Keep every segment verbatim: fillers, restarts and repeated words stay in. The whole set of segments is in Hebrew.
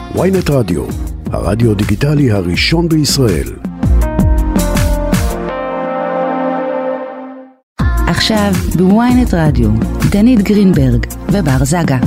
וויינט רדיו, הרדיו דיגיטלי הראשון בישראל. עכשיו בוויינט רדיו, דנית גרינברג ובר זגה.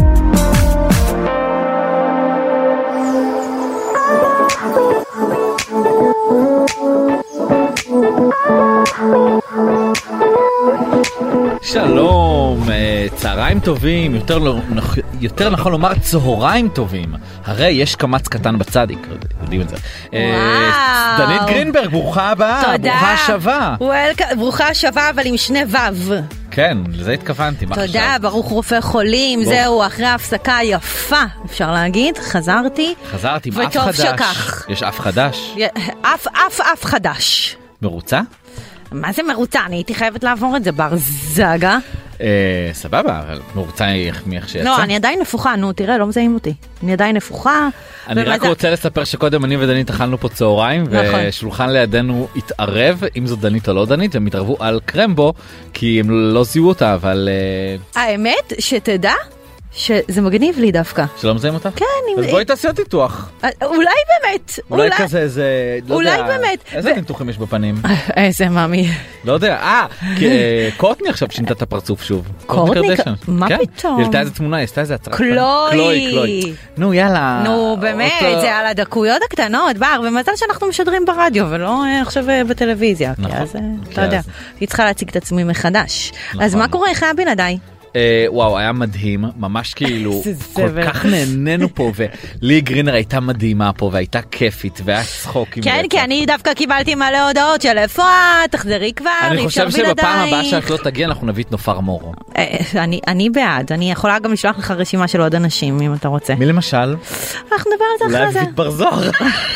שלום, צהריים טובים, יותר, יותר נכון לומר צהריים טובים. הרי יש קמץ קטן בצדיק, יודעים את זה. וואו. דנית גרינברג, ברוכה הבאה, תודה. ברוכה השבה. ברוכה השבה, אבל עם שני וו. כן, לזה התכוונתי. תודה, ברוך רופא חולים, ברוך. זהו, אחרי ההפסקה יפה, אפשר להגיד, חזרתי. חזרתי עם אף חדש. שכך. יש אף חדש? אף, אף, אף חדש. מרוצה? מה זה מרוצה? אני הייתי חייבת לעבור את זה, בר זגה. אה, סבבה, אבל מרוצה היא מאיך שיצא. לא, אני עדיין נפוחה, נו, תראה, לא מזהים אותי. אני עדיין נפוחה. אני רק רוצה לספר שקודם אני ודנית אכלנו פה צהריים, ושולחן לידינו התערב, אם זאת דנית או לא דנית, הם התערבו על קרמבו, כי הם לא זיהו אותה, אבל... האמת, שתדע, שזה מגניב לי דווקא. שלא מזהים אותה? כן. אז בואי תעשי עוד ניתוח. אולי באמת. אולי כזה איזה... אולי באמת. איזה ניתוחים יש בפנים? איזה מאמי. לא יודע. אה, קורטני עכשיו שינתה את הפרצוף שוב. קורטני? מה פתאום? היא העלתה איזה תמונה, היא עשתה איזה הצעה. קלוי. קלוי. נו, יאללה. נו, באמת, זה על הדקויות הקטנות, בר, ומזל שאנחנו משדרים ברדיו, ולא עכשיו בטלוויזיה. כי אז, אתה יודע, היא צריכה להציג את עצמי מחדש. אז מה קורה? איך היה בלעדיי? וואו, היה מדהים, ממש כאילו כל כך נהנינו פה, ולי גרינר הייתה מדהימה פה, והייתה כיפית, והיה צחוק. כן, כי אני דווקא קיבלתי מלא הודעות של איפה, תחזרי כבר, אני חושב שבפעם הבאה שאת לא תגיע, אנחנו נביא את נופר מורו. אני בעד, אני יכולה גם לשלוח לך רשימה של עוד אנשים, אם אתה רוצה. מי למשל? אנחנו נדבר על זה אחרי זה. אולי אביבית בר זוהר.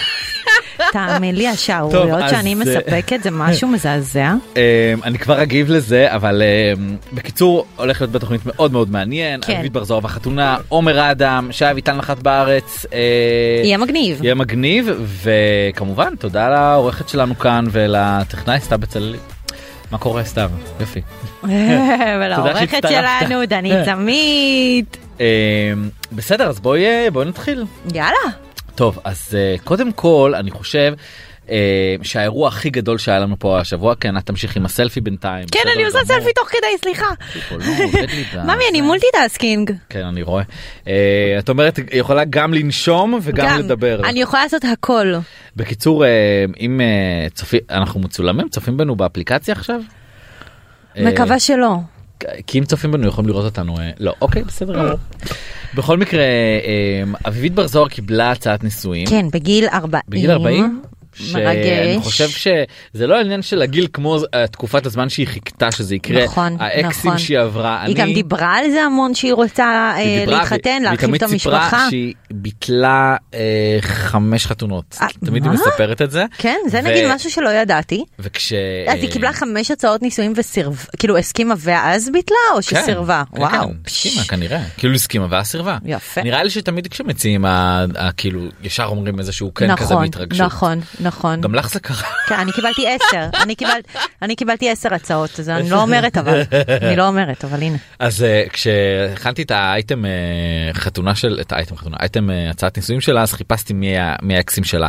תאמין לי, השערוריות שאני מספקת זה משהו מזעזע. אני כבר אגיב לזה, אבל בקיצור הולך להיות בתוכנית מאוד מאוד מעניין. אביבית בר זוהר והחתונה, עומר אדם, שהיה ויטל נחת בארץ. יהיה מגניב. יהיה מגניב, וכמובן תודה לעורכת שלנו כאן ולטכנאי סתיו בצללי. מה קורה סתיו? יופי. ולעורכת שלנו דנית עמית. בסדר, אז בואי נתחיל. יאללה. טוב, אז uh, קודם כל, אני חושב uh, שהאירוע הכי גדול שהיה לנו פה השבוע, כן, את תמשיך עם הסלפי בינתיים. כן, אני עושה סלפי תוך כדי, סליחה. ממי, אני מולטיטאסקינג. כן, אני רואה. Uh, את אומרת, יכולה גם לנשום וגם גם, לדבר. אני יכולה לעשות הכל. בקיצור, uh, אם uh, צופים, אנחנו מצולמים, צופים בנו באפליקציה עכשיו? מקווה uh, שלא. כי אם צופים בנו יכולים לראות אותנו, לא, אוקיי, בסדר. בכל מקרה, אביבית בר זוהר קיבלה הצעת נישואים. כן, בגיל ארבעים. בגיל ארבעים? מרגש. שאני חושב שזה לא העניין של הגיל כמו תקופת הזמן שהיא חיכתה שזה יקרה. נכון, האקסים שהיא עברה. היא גם דיברה על זה המון שהיא רוצה להתחתן, להרחיב את המשפחה. והיא תמיד סיפרה שהיא ביטלה חמש חתונות. תמיד היא מספרת את זה. כן, זה נגיד משהו שלא ידעתי. וכש... אז היא קיבלה חמש הצעות נישואים וסירבה, כאילו הסכימה ואז ביטלה או שסירבה? וואו. כן, הסכימה כנראה. כאילו הסכימה ואז סירבה. יפה. נראה לי שתמיד כשמציעים, כאילו ישר אומרים איזשהו כן כזה בהתרגשות. נכון, נכון. גם לך זה קרה. כן, אני קיבלתי עשר. אני קיבלתי, אני קיבלתי עשר הצעות, אז אני לא אומרת אבל. אני לא אומרת, אבל הנה. אז כשהכנתי את האייטם חתונה של, את האייטם חתונה, האייטם הצעת נישואים שלה, אז חיפשתי מי האקסים שלה.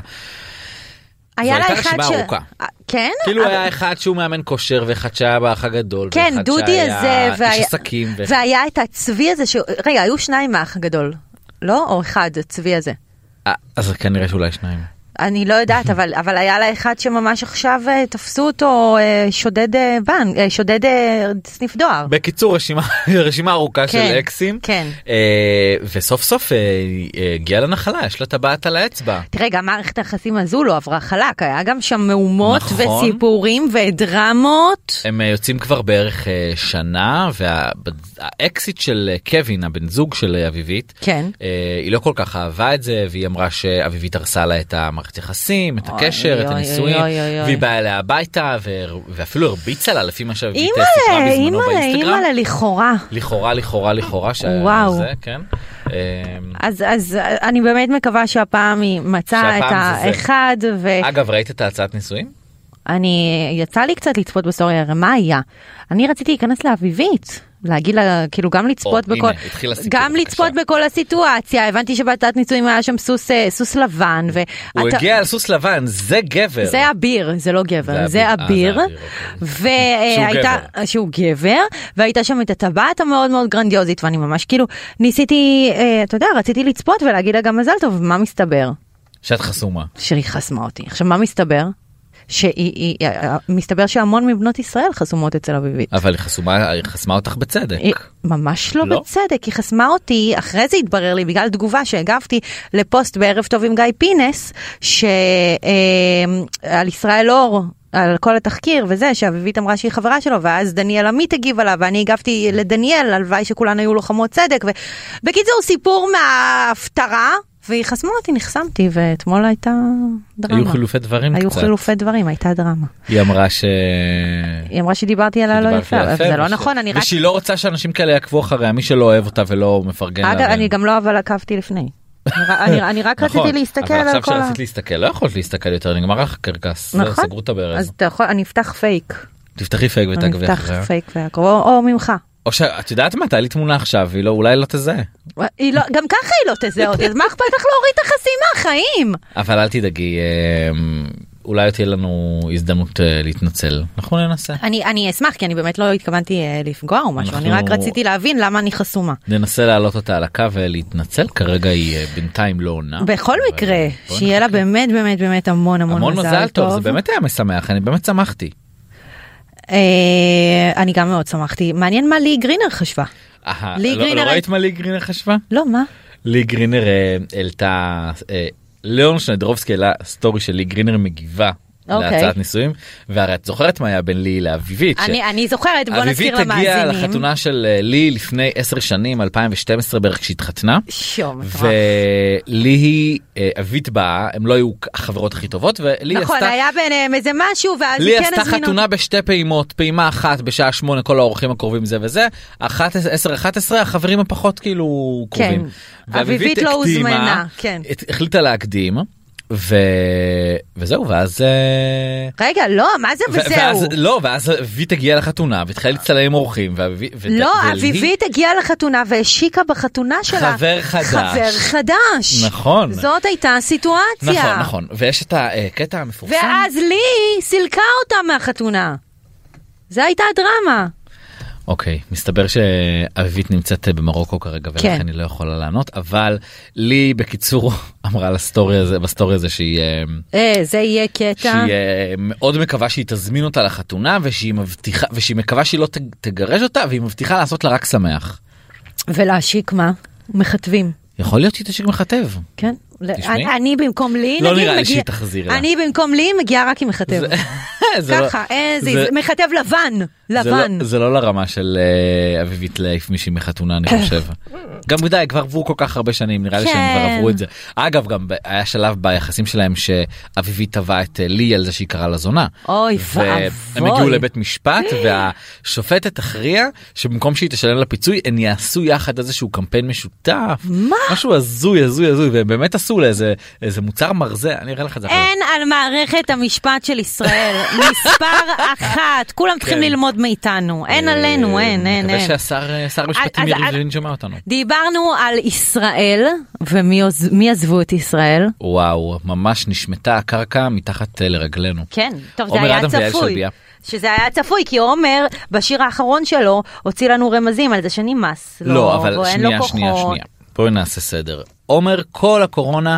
היה לה אחד ש... כן? כאילו היה אחד שהוא מאמן כושר, ואחד שהיה באח הגדול. כן, דודי הזה, איש עסקים. והיה את הצבי הזה, רגע, היו שניים מהאח הגדול, לא? או אחד, הצבי הזה. אז כנראה שאולי שניים. אני לא יודעת, אבל, אבל היה לה אחד שממש עכשיו תפסו אותו שודד בנק, שודד סניף דואר. בקיצור, רשימה, רשימה ארוכה כן, של אקסים. כן. וסוף סוף הגיעה לנחלה, יש לה טבעת על האצבע. תראה, גם מערכת היחסים הזו לא עברה חלק, היה גם שם מהומות נכון. וסיפורים ודרמות. הם יוצאים כבר בערך שנה, והאקסיט של קווין, הבן זוג של אביבית, כן. היא לא כל כך אהבה את זה, והיא אמרה שאביבית הרסה לה את המערכת יחסים, את הקשר, את הנישואים, והיא באה אליה הביתה, ואפילו הרביצה לה לפי מה שאביבית סיפרה בזמנו באינסטגרם. אימא לה, לכאורה. לכאורה, לכאורה, לכאורה. וואו. זה, כן. אז, אז אני באמת מקווה שהפעם היא מצאה את האחד. אגב, ראית את ההצעת נישואים? אני, יצא לי קצת לצפות בסטוריה, מה היה? אני רציתי להיכנס לאביבית. להגיד לה, כאילו גם לצפות בכל, גם לצפות בכל הסיטואציה, הבנתי שבתת נישואים היה שם סוס לבן, הוא הגיע על סוס לבן, זה גבר. זה אביר, זה לא גבר, זה אביר, והייתה, שהוא גבר, והייתה שם את הטבעת המאוד מאוד גרנדיוזית, ואני ממש כאילו, ניסיתי, אתה יודע, רציתי לצפות ולהגיד לה גם מזל טוב, מה מסתבר? שאת חסומה. שהיא חסמה אותי. עכשיו, מה מסתבר? שהיא, מסתבר שהמון מבנות ישראל חסומות אצל אביבית. אבל היא חסומה, היא חסמה אותך בצדק. היא, ממש לא, לא בצדק, היא חסמה אותי, אחרי זה התברר לי, בגלל תגובה שהגבתי לפוסט בערב טוב עם גיא פינס, שעל ישראל אור, על כל התחקיר וזה, שאביבית אמרה שהיא חברה שלו, ואז דניאל עמית הגיב עליו, ואני הגבתי לדניאל, הלוואי שכולן היו לוחמות צדק, ובקיצור סיפור מההפטרה, והיא חסמה אותי, נחסמתי, ואתמול הייתה דרמה. היו חילופי דברים היו קצת. היו חילופי דברים, הייתה דרמה. היא אמרה ש... היא אמרה שדיברתי עליה לא יפה, אבל זה לא נכון, אני רק... ושהיא לא רוצה שאנשים כאלה יעקבו אחריה, מי שלא אוהב אותה ולא מפרגן לה. אגב, אני גם לא אבל עקבתי לפני. אני רק רציתי להסתכל על כל... אבל עכשיו שרצית להסתכל, לא יכולת להסתכל יותר, נגמר לך קרקס, סגרו את הברז. אז אתה יכול, אני אפתח פייק. תפתחי פייק ותעקבי אחריה. אני אפתח פייק ועקב, או ממך. או שאת יודעת מה, תהיה לי תמונה עכשיו, היא אולי לא תזהה. גם ככה היא לא תזהה אותי, אז מה אכפת לך להוריד את החסימה, חיים? אבל אל תדאגי, אולי תהיה לנו הזדמנות להתנצל. אנחנו ננסה. אני אשמח, כי אני באמת לא התכוונתי לפגוע או משהו, אני רק רציתי להבין למה אני חסומה. ננסה להעלות אותה על הקו ולהתנצל, כרגע היא בינתיים לא עונה. בכל מקרה, שיהיה לה באמת באמת באמת המון המון מזל טוב. זה באמת היה משמח, אני באמת שמחתי. אני גם מאוד שמחתי. מעניין מה לי גרינר חשבה. לא ראית מה לי גרינר חשבה? לא, מה? לי גרינר העלתה, ליאון שנדרובסקי העלה סטורי של לי גרינר מגיבה להצעת נישואים, והרי את זוכרת מה היה בין לי לאביבית? אני זוכרת, בוא נזכיר למאזינים. אביבית הגיעה לחתונה של לי לפני עשר שנים, אלפיים ושתים עשרה בערך כשהתחתנה, ולי, אביבית באה, הם לא היו החברות הכי טובות, ולי עשתה... נכון, היה ביניהם איזה משהו, ואז לי עשתה חתונה בשתי פעימות, פעימה אחת בשעה שמונה, כל האורחים הקרובים זה וזה, עשר אחת עשרה, החברים הפחות כאילו קרובים. אביבית לא הוזמנה, כן. החליטה להקדים, ו... וזהו, ואז... רגע, לא, מה זה וזהו? ואז, לא, ואז אביבית הגיעה לחתונה, והתחילה להצטלם עם אורחים, ואבי... לא, אביבית הגיעה לחתונה, והשיקה בחתונה שלה. חבר חדש. חבר חדש. נכון. זאת הייתה הסיטואציה. נכון, נכון. ויש את הקטע המפורסם. ואז לי סילקה אותה מהחתונה. זה הייתה הדרמה. אוקיי, מסתבר שאביבית נמצאת במרוקו כרגע, ולכן היא לא יכולה לענות, אבל לי בקיצור אמרה לסטורי הזה, בסטורי הזה שהיא... אה, זה יהיה קטע. שהיא מאוד מקווה שהיא תזמין אותה לחתונה, ושהיא מבטיחה, ושהיא מקווה שהיא לא תגרש אותה, והיא מבטיחה לעשות לה רק שמח. ולהשיק מה? מכתבים. יכול להיות שהיא תשיק מכתב. כן. אני במקום לי, לא נראה לי שהיא תחזיר לה. אני במקום לי מגיעה רק עם מכתב. ככה, מכתב לבן, לבן. זה לא לרמה של אביבית להעיף מישהי מחתונה, אני חושב. גם די, כבר עברו כל כך הרבה שנים, נראה לי שהם כבר עברו את זה. אגב, גם היה שלב ביחסים שלהם שאביבית טבעה את לי על זה שהיא קראה לזונה. אוי ואבוי. והם הגיעו לבית משפט, והשופטת הכריעה שבמקום שהיא תשלם לפיצוי, הם יעשו יחד איזשהו קמפיין משותף. מה? משהו הזוי, הזוי, הזוי, והם באמת עשו לאיזה מוצר מרזה, אני אראה לך את זה. אין על מערכת המשפט של ישראל, מספר אחת, כולם צריכים ללמוד מאיתנו, אין עלינו, אין, אין, אין. מקווה שהשר משפטים יריב שומע אותנו. דיברנו על ישראל, ומי עזבו את ישראל? וואו, ממש נשמטה הקרקע מתחת לרגלינו. כן, טוב, זה היה צפוי. שזה היה צפוי, כי עומר, בשיר האחרון שלו, הוציא לנו רמזים על זה שנמאס. לא, אבל שנייה, שנייה, שנייה. בואי נעשה סדר. עומר, כל הקורונה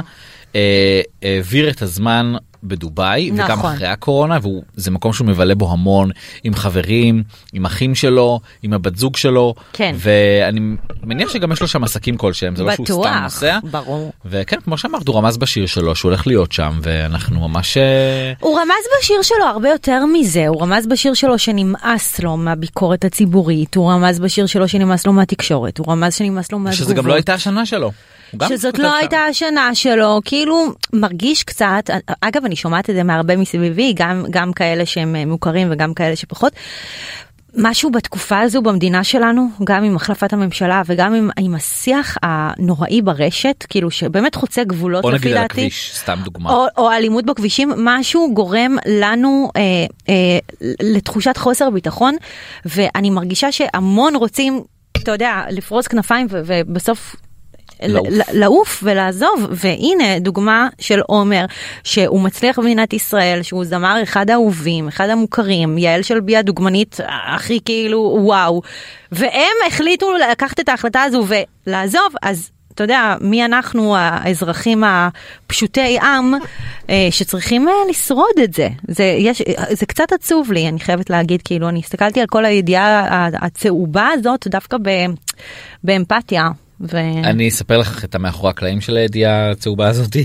העביר את הזמן בדובאי, נכון. וגם אחרי הקורונה, וזה מקום שהוא מבלה בו המון, עם חברים, עם אחים שלו, עם הבת זוג שלו, כן. ואני מניח שגם יש לו שם עסקים כלשהם, זה לא שהוא סתם נוסע. ברור. וכן, כמו שאמרת, הוא רמז בשיר שלו, שהוא הולך להיות שם, ואנחנו ממש... הוא רמז בשיר שלו הרבה יותר מזה, הוא רמז בשיר שלו שנמאס לו מהביקורת הציבורית, הוא רמז בשיר שלו שנמאס לו מהתקשורת, הוא רמז שנמאס לו מהתגובות. שזה גם לא הייתה השנה שלו. שזאת לא הייתה השנה שלו, כאילו מרגיש קצת, אגב אני שומעת את זה מהרבה מסביבי, גם, גם כאלה שהם מוכרים וגם כאלה שפחות, משהו בתקופה הזו במדינה שלנו, גם עם החלפת הממשלה וגם עם, עם השיח הנוראי ברשת, כאילו שבאמת חוצה גבולות, או נגיד על הכביש, סתם דוגמה. או, או אלימות בכבישים, משהו גורם לנו אה, אה, לתחושת חוסר ביטחון, ואני מרגישה שהמון רוצים, אתה יודע, לפרוס כנפיים ו- ובסוף... לעוף. לעוף ולעזוב, והנה דוגמה של עומר, שהוא מצליח במדינת ישראל, שהוא זמר אחד האהובים, אחד המוכרים, יעל שלבי הדוגמנית הכי כאילו וואו, והם החליטו לקחת את ההחלטה הזו ולעזוב, אז אתה יודע, מי אנחנו האזרחים הפשוטי עם שצריכים לשרוד את זה. זה, יש, זה קצת עצוב לי, אני חייבת להגיד, כאילו אני הסתכלתי על כל הידיעה הצהובה הזאת דווקא באמפתיה. ו... אני אספר לך את המאחורי הקלעים של הידיעה הצהובה הזאת.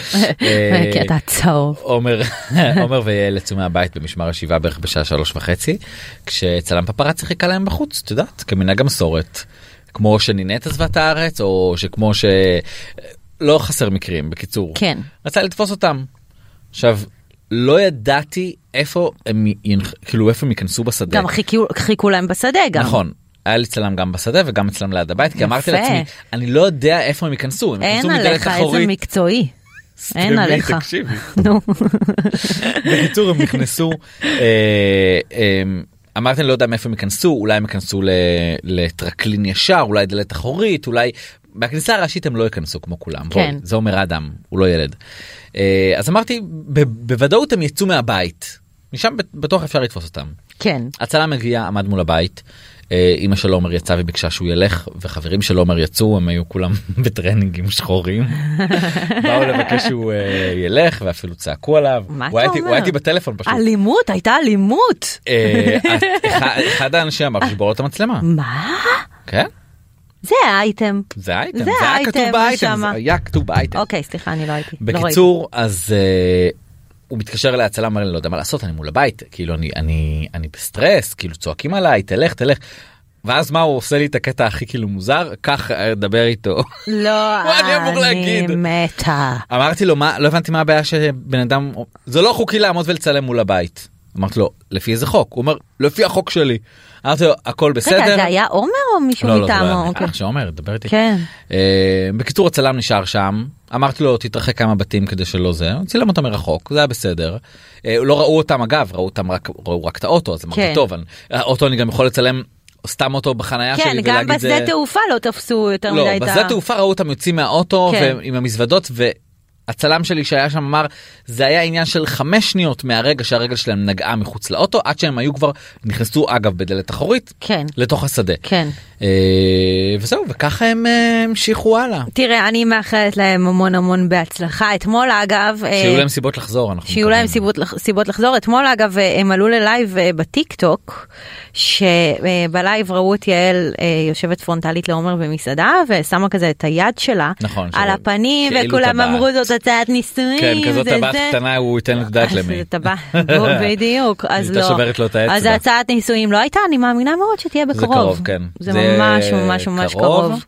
כי אתה צהוב. עומר, עומר ויעל יצאו מהבית במשמר השבעה בערך בשעה שלוש וחצי, כשצלם פפראצי חיכה להם בחוץ, את יודעת, כמנהג המסורת. כמו שנינט עזבה את הארץ, או שכמו ש... לא חסר מקרים, בקיצור. כן. רצה לתפוס אותם. עכשיו, לא ידעתי איפה הם, כאילו, איפה הם ייכנסו בשדה. גם חיכו, חיכו להם בשדה גם. נכון. היה לי צלם גם בשדה וגם אצלם ליד הבית, כי אמרתי לעצמי, אני לא יודע איפה הם ייכנסו. אין עליך, איזה מקצועי. אין עליך. תקשיבי. בקיצור, הם נכנסו, אמרתי, אני לא יודע מאיפה הם ייכנסו, אולי הם ייכנסו לטרקלין ישר, אולי דלת אחורית, אולי... בכניסה הראשית הם לא ייכנסו כמו כולם. זה אומר אדם, הוא לא ילד. אז אמרתי, בוודאות הם יצאו מהבית. משם בטוח אפשר לתפוס אותם. כן. הצלם מגיע, עמד מול הבית, אמא של עומר יצא וביקשה שהוא ילך, וחברים של עומר יצאו, הם היו כולם בטרנינגים שחורים. באו לבקש שהוא ילך, ואפילו צעקו עליו. מה אתה אומר? הוא הייתי בטלפון פשוט. אלימות, הייתה אלימות. אחד האנשים אמר שבור את המצלמה. מה? כן. זה האייטם. זה האייטם. זה היה כתוב באייטם. זה היה כתוב באייטם. אוקיי, סליחה, אני לא הייתי. בקיצור, אז... הוא מתקשר אליי, הצלם אמר לי, לא יודע מה לעשות, אני מול הבית, כאילו אני, אני, אני בסטרס, כאילו צועקים עליי, תלך, תלך. ואז מה, הוא עושה לי את הקטע הכי כאילו מוזר, כך דבר איתו. לא, אני מתה. אמרתי לו, מה, לא הבנתי מה הבעיה שבן אדם, זה לא חוקי לעמוד ולצלם מול הבית. אמרתי לו, לפי איזה חוק? הוא אומר, לפי החוק שלי. אמרתי לו, הכל בסדר. רגע, זה היה עומר או מישהו מטעמו? לא, לא, זה היה שעומר, דבר איתי. כן. בקיצור, הצלם נשאר שם. אמרתי לו, תתרחק כמה בתים כדי שלא זה. צילם אותם מרחוק, זה היה בסדר. לא ראו אותם אגב, ראו אותם רק, ראו רק את האוטו, אז אמרתי, טוב, האוטו אני גם יכול לצלם סתם אוטו בחנייה שלי ולהגיד... כן, גם בשדה תעופה לא תפסו יותר מדי את ה... לא, בשדה תעופה ראו אותם יוצאים מהאוטו עם המזוודות, והצלם שלי שהיה שם אמר, זה היה עניין של חמש שניות מהרגע שהרגל שלהם נגעה מחוץ לאוטו, עד שהם היו כבר, נכנסו אגב בדלת אחורית, לתוך השדה. כן. וזהו, וככה הם המשיכו הלאה. תראה, אני מאחלת להם המון המון בהצלחה. אתמול אגב... שיהיו להם סיבות לחזור. שיהיו להם סיבות לחזור. אתמול אגב הם עלו ללייב בטיק טוק, שבלייב ראו את יעל יושבת פרונטלית לעומר במסעדה, ושמה כזה את היד שלה על הפנים, וכולם אמרו זאת הצעת ניסויים. כן, כזאת טבעת קטנה, הוא ייתן את דעת למי. בדיוק, אז לא. שוברת לו את האצבע. אז הצעת ניסויים לא הייתה, אני מאמינה מאוד שתהיה בקרוב. זה קרוב, כן. זה ממש ממש ממש קרוב.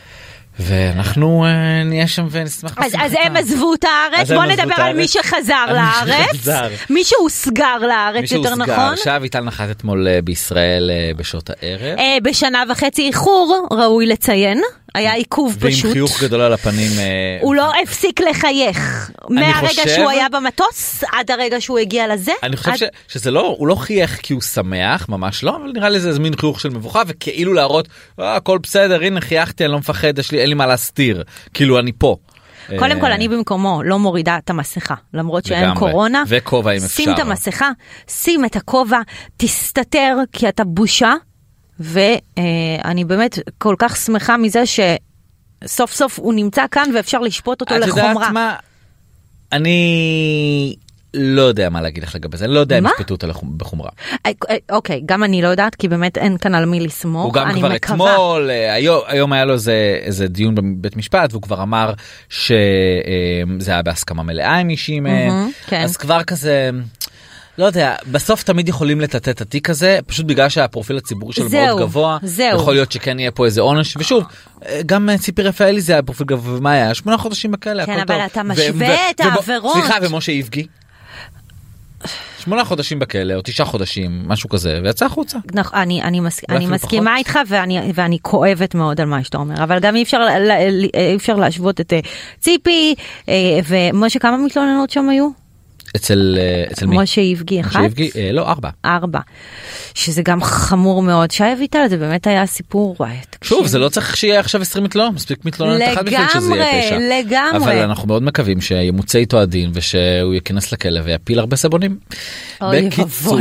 ואנחנו נהיה שם ונשמח. אז הם עזבו את הארץ, בוא נדבר על מי שחזר לארץ. מי שהוסגר לארץ, יותר נכון. עכשיו איטל נחת אתמול בישראל בשעות הערב. בשנה וחצי איחור, ראוי לציין. היה עיכוב פשוט. ועם חיוך גדול על הפנים. הוא לא הפסיק לחייך. מהרגע שהוא היה במטוס, עד הרגע שהוא הגיע לזה. אני חושב שזה לא, הוא לא חייך כי הוא שמח, ממש לא, אבל נראה לי זה מין חיוך של מבוכה, וכאילו להראות, הכל בסדר, הנה חייכתי, אני לא מפחד, אין לי מה להסתיר. כאילו אני פה. קודם כל אני במקומו לא מורידה את המסכה, למרות שאין קורונה. וכובע אם אפשר. שים את המסכה, שים את הכובע, תסתתר כי אתה בושה. ואני באמת כל כך שמחה מזה שסוף סוף הוא נמצא כאן ואפשר לשפוט אותו לחומרה. את יודעת מה? אני לא יודע מה להגיד לך לגבי זה, אני לא יודע אם ישפטו אותו בחומרה. אוקיי, גם אני לא יודעת, כי באמת אין כאן על מי לסמוך. הוא גם כבר אתמול, היום היה לו איזה דיון בבית משפט, והוא כבר אמר שזה היה בהסכמה מלאה עם אישי מהם, אז כבר כזה... לא יודע, בסוף תמיד יכולים לטטט את התיק הזה, פשוט בגלל שהפרופיל הציבורי שלו מאוד גבוה, יכול להיות שכן יהיה פה איזה עונש, ושוב, גם ציפי רפאלי זה היה פרופיל גבוה, ומה היה? שמונה חודשים בכלא, הכל טוב. כן, אבל אתה משווה את העבירות. סליחה, ומשה איבגי? שמונה חודשים בכלא, או תשעה חודשים, משהו כזה, ויצא החוצה. נכון, אני, אני, מס, אני מסכימה איתך, ואני, ואני כואבת מאוד על מה שאתה אומר, אבל גם אי אפשר, אי אפשר להשוות את ציפי, ומשה, כמה מתלוננות שם היו? אצל, אצל מי? משה יבגי אחד? משה יבגי, אה, לא, ארבע. ארבע. שזה גם חמור מאוד. שי אביטל, זה באמת היה סיפור, וואי, תקשיב. שוב, זה לא צריך שיהיה עכשיו עשרים מתלוננות, מספיק מתלוננת אחת בשביל שזה יהיה פשע. לגמרי, לגמרי. אבל אנחנו מאוד מקווים שימוצא איתו הדין, ושהוא ייכנס לכלא ויפיל הרבה סבונים. אוי, בקיצור,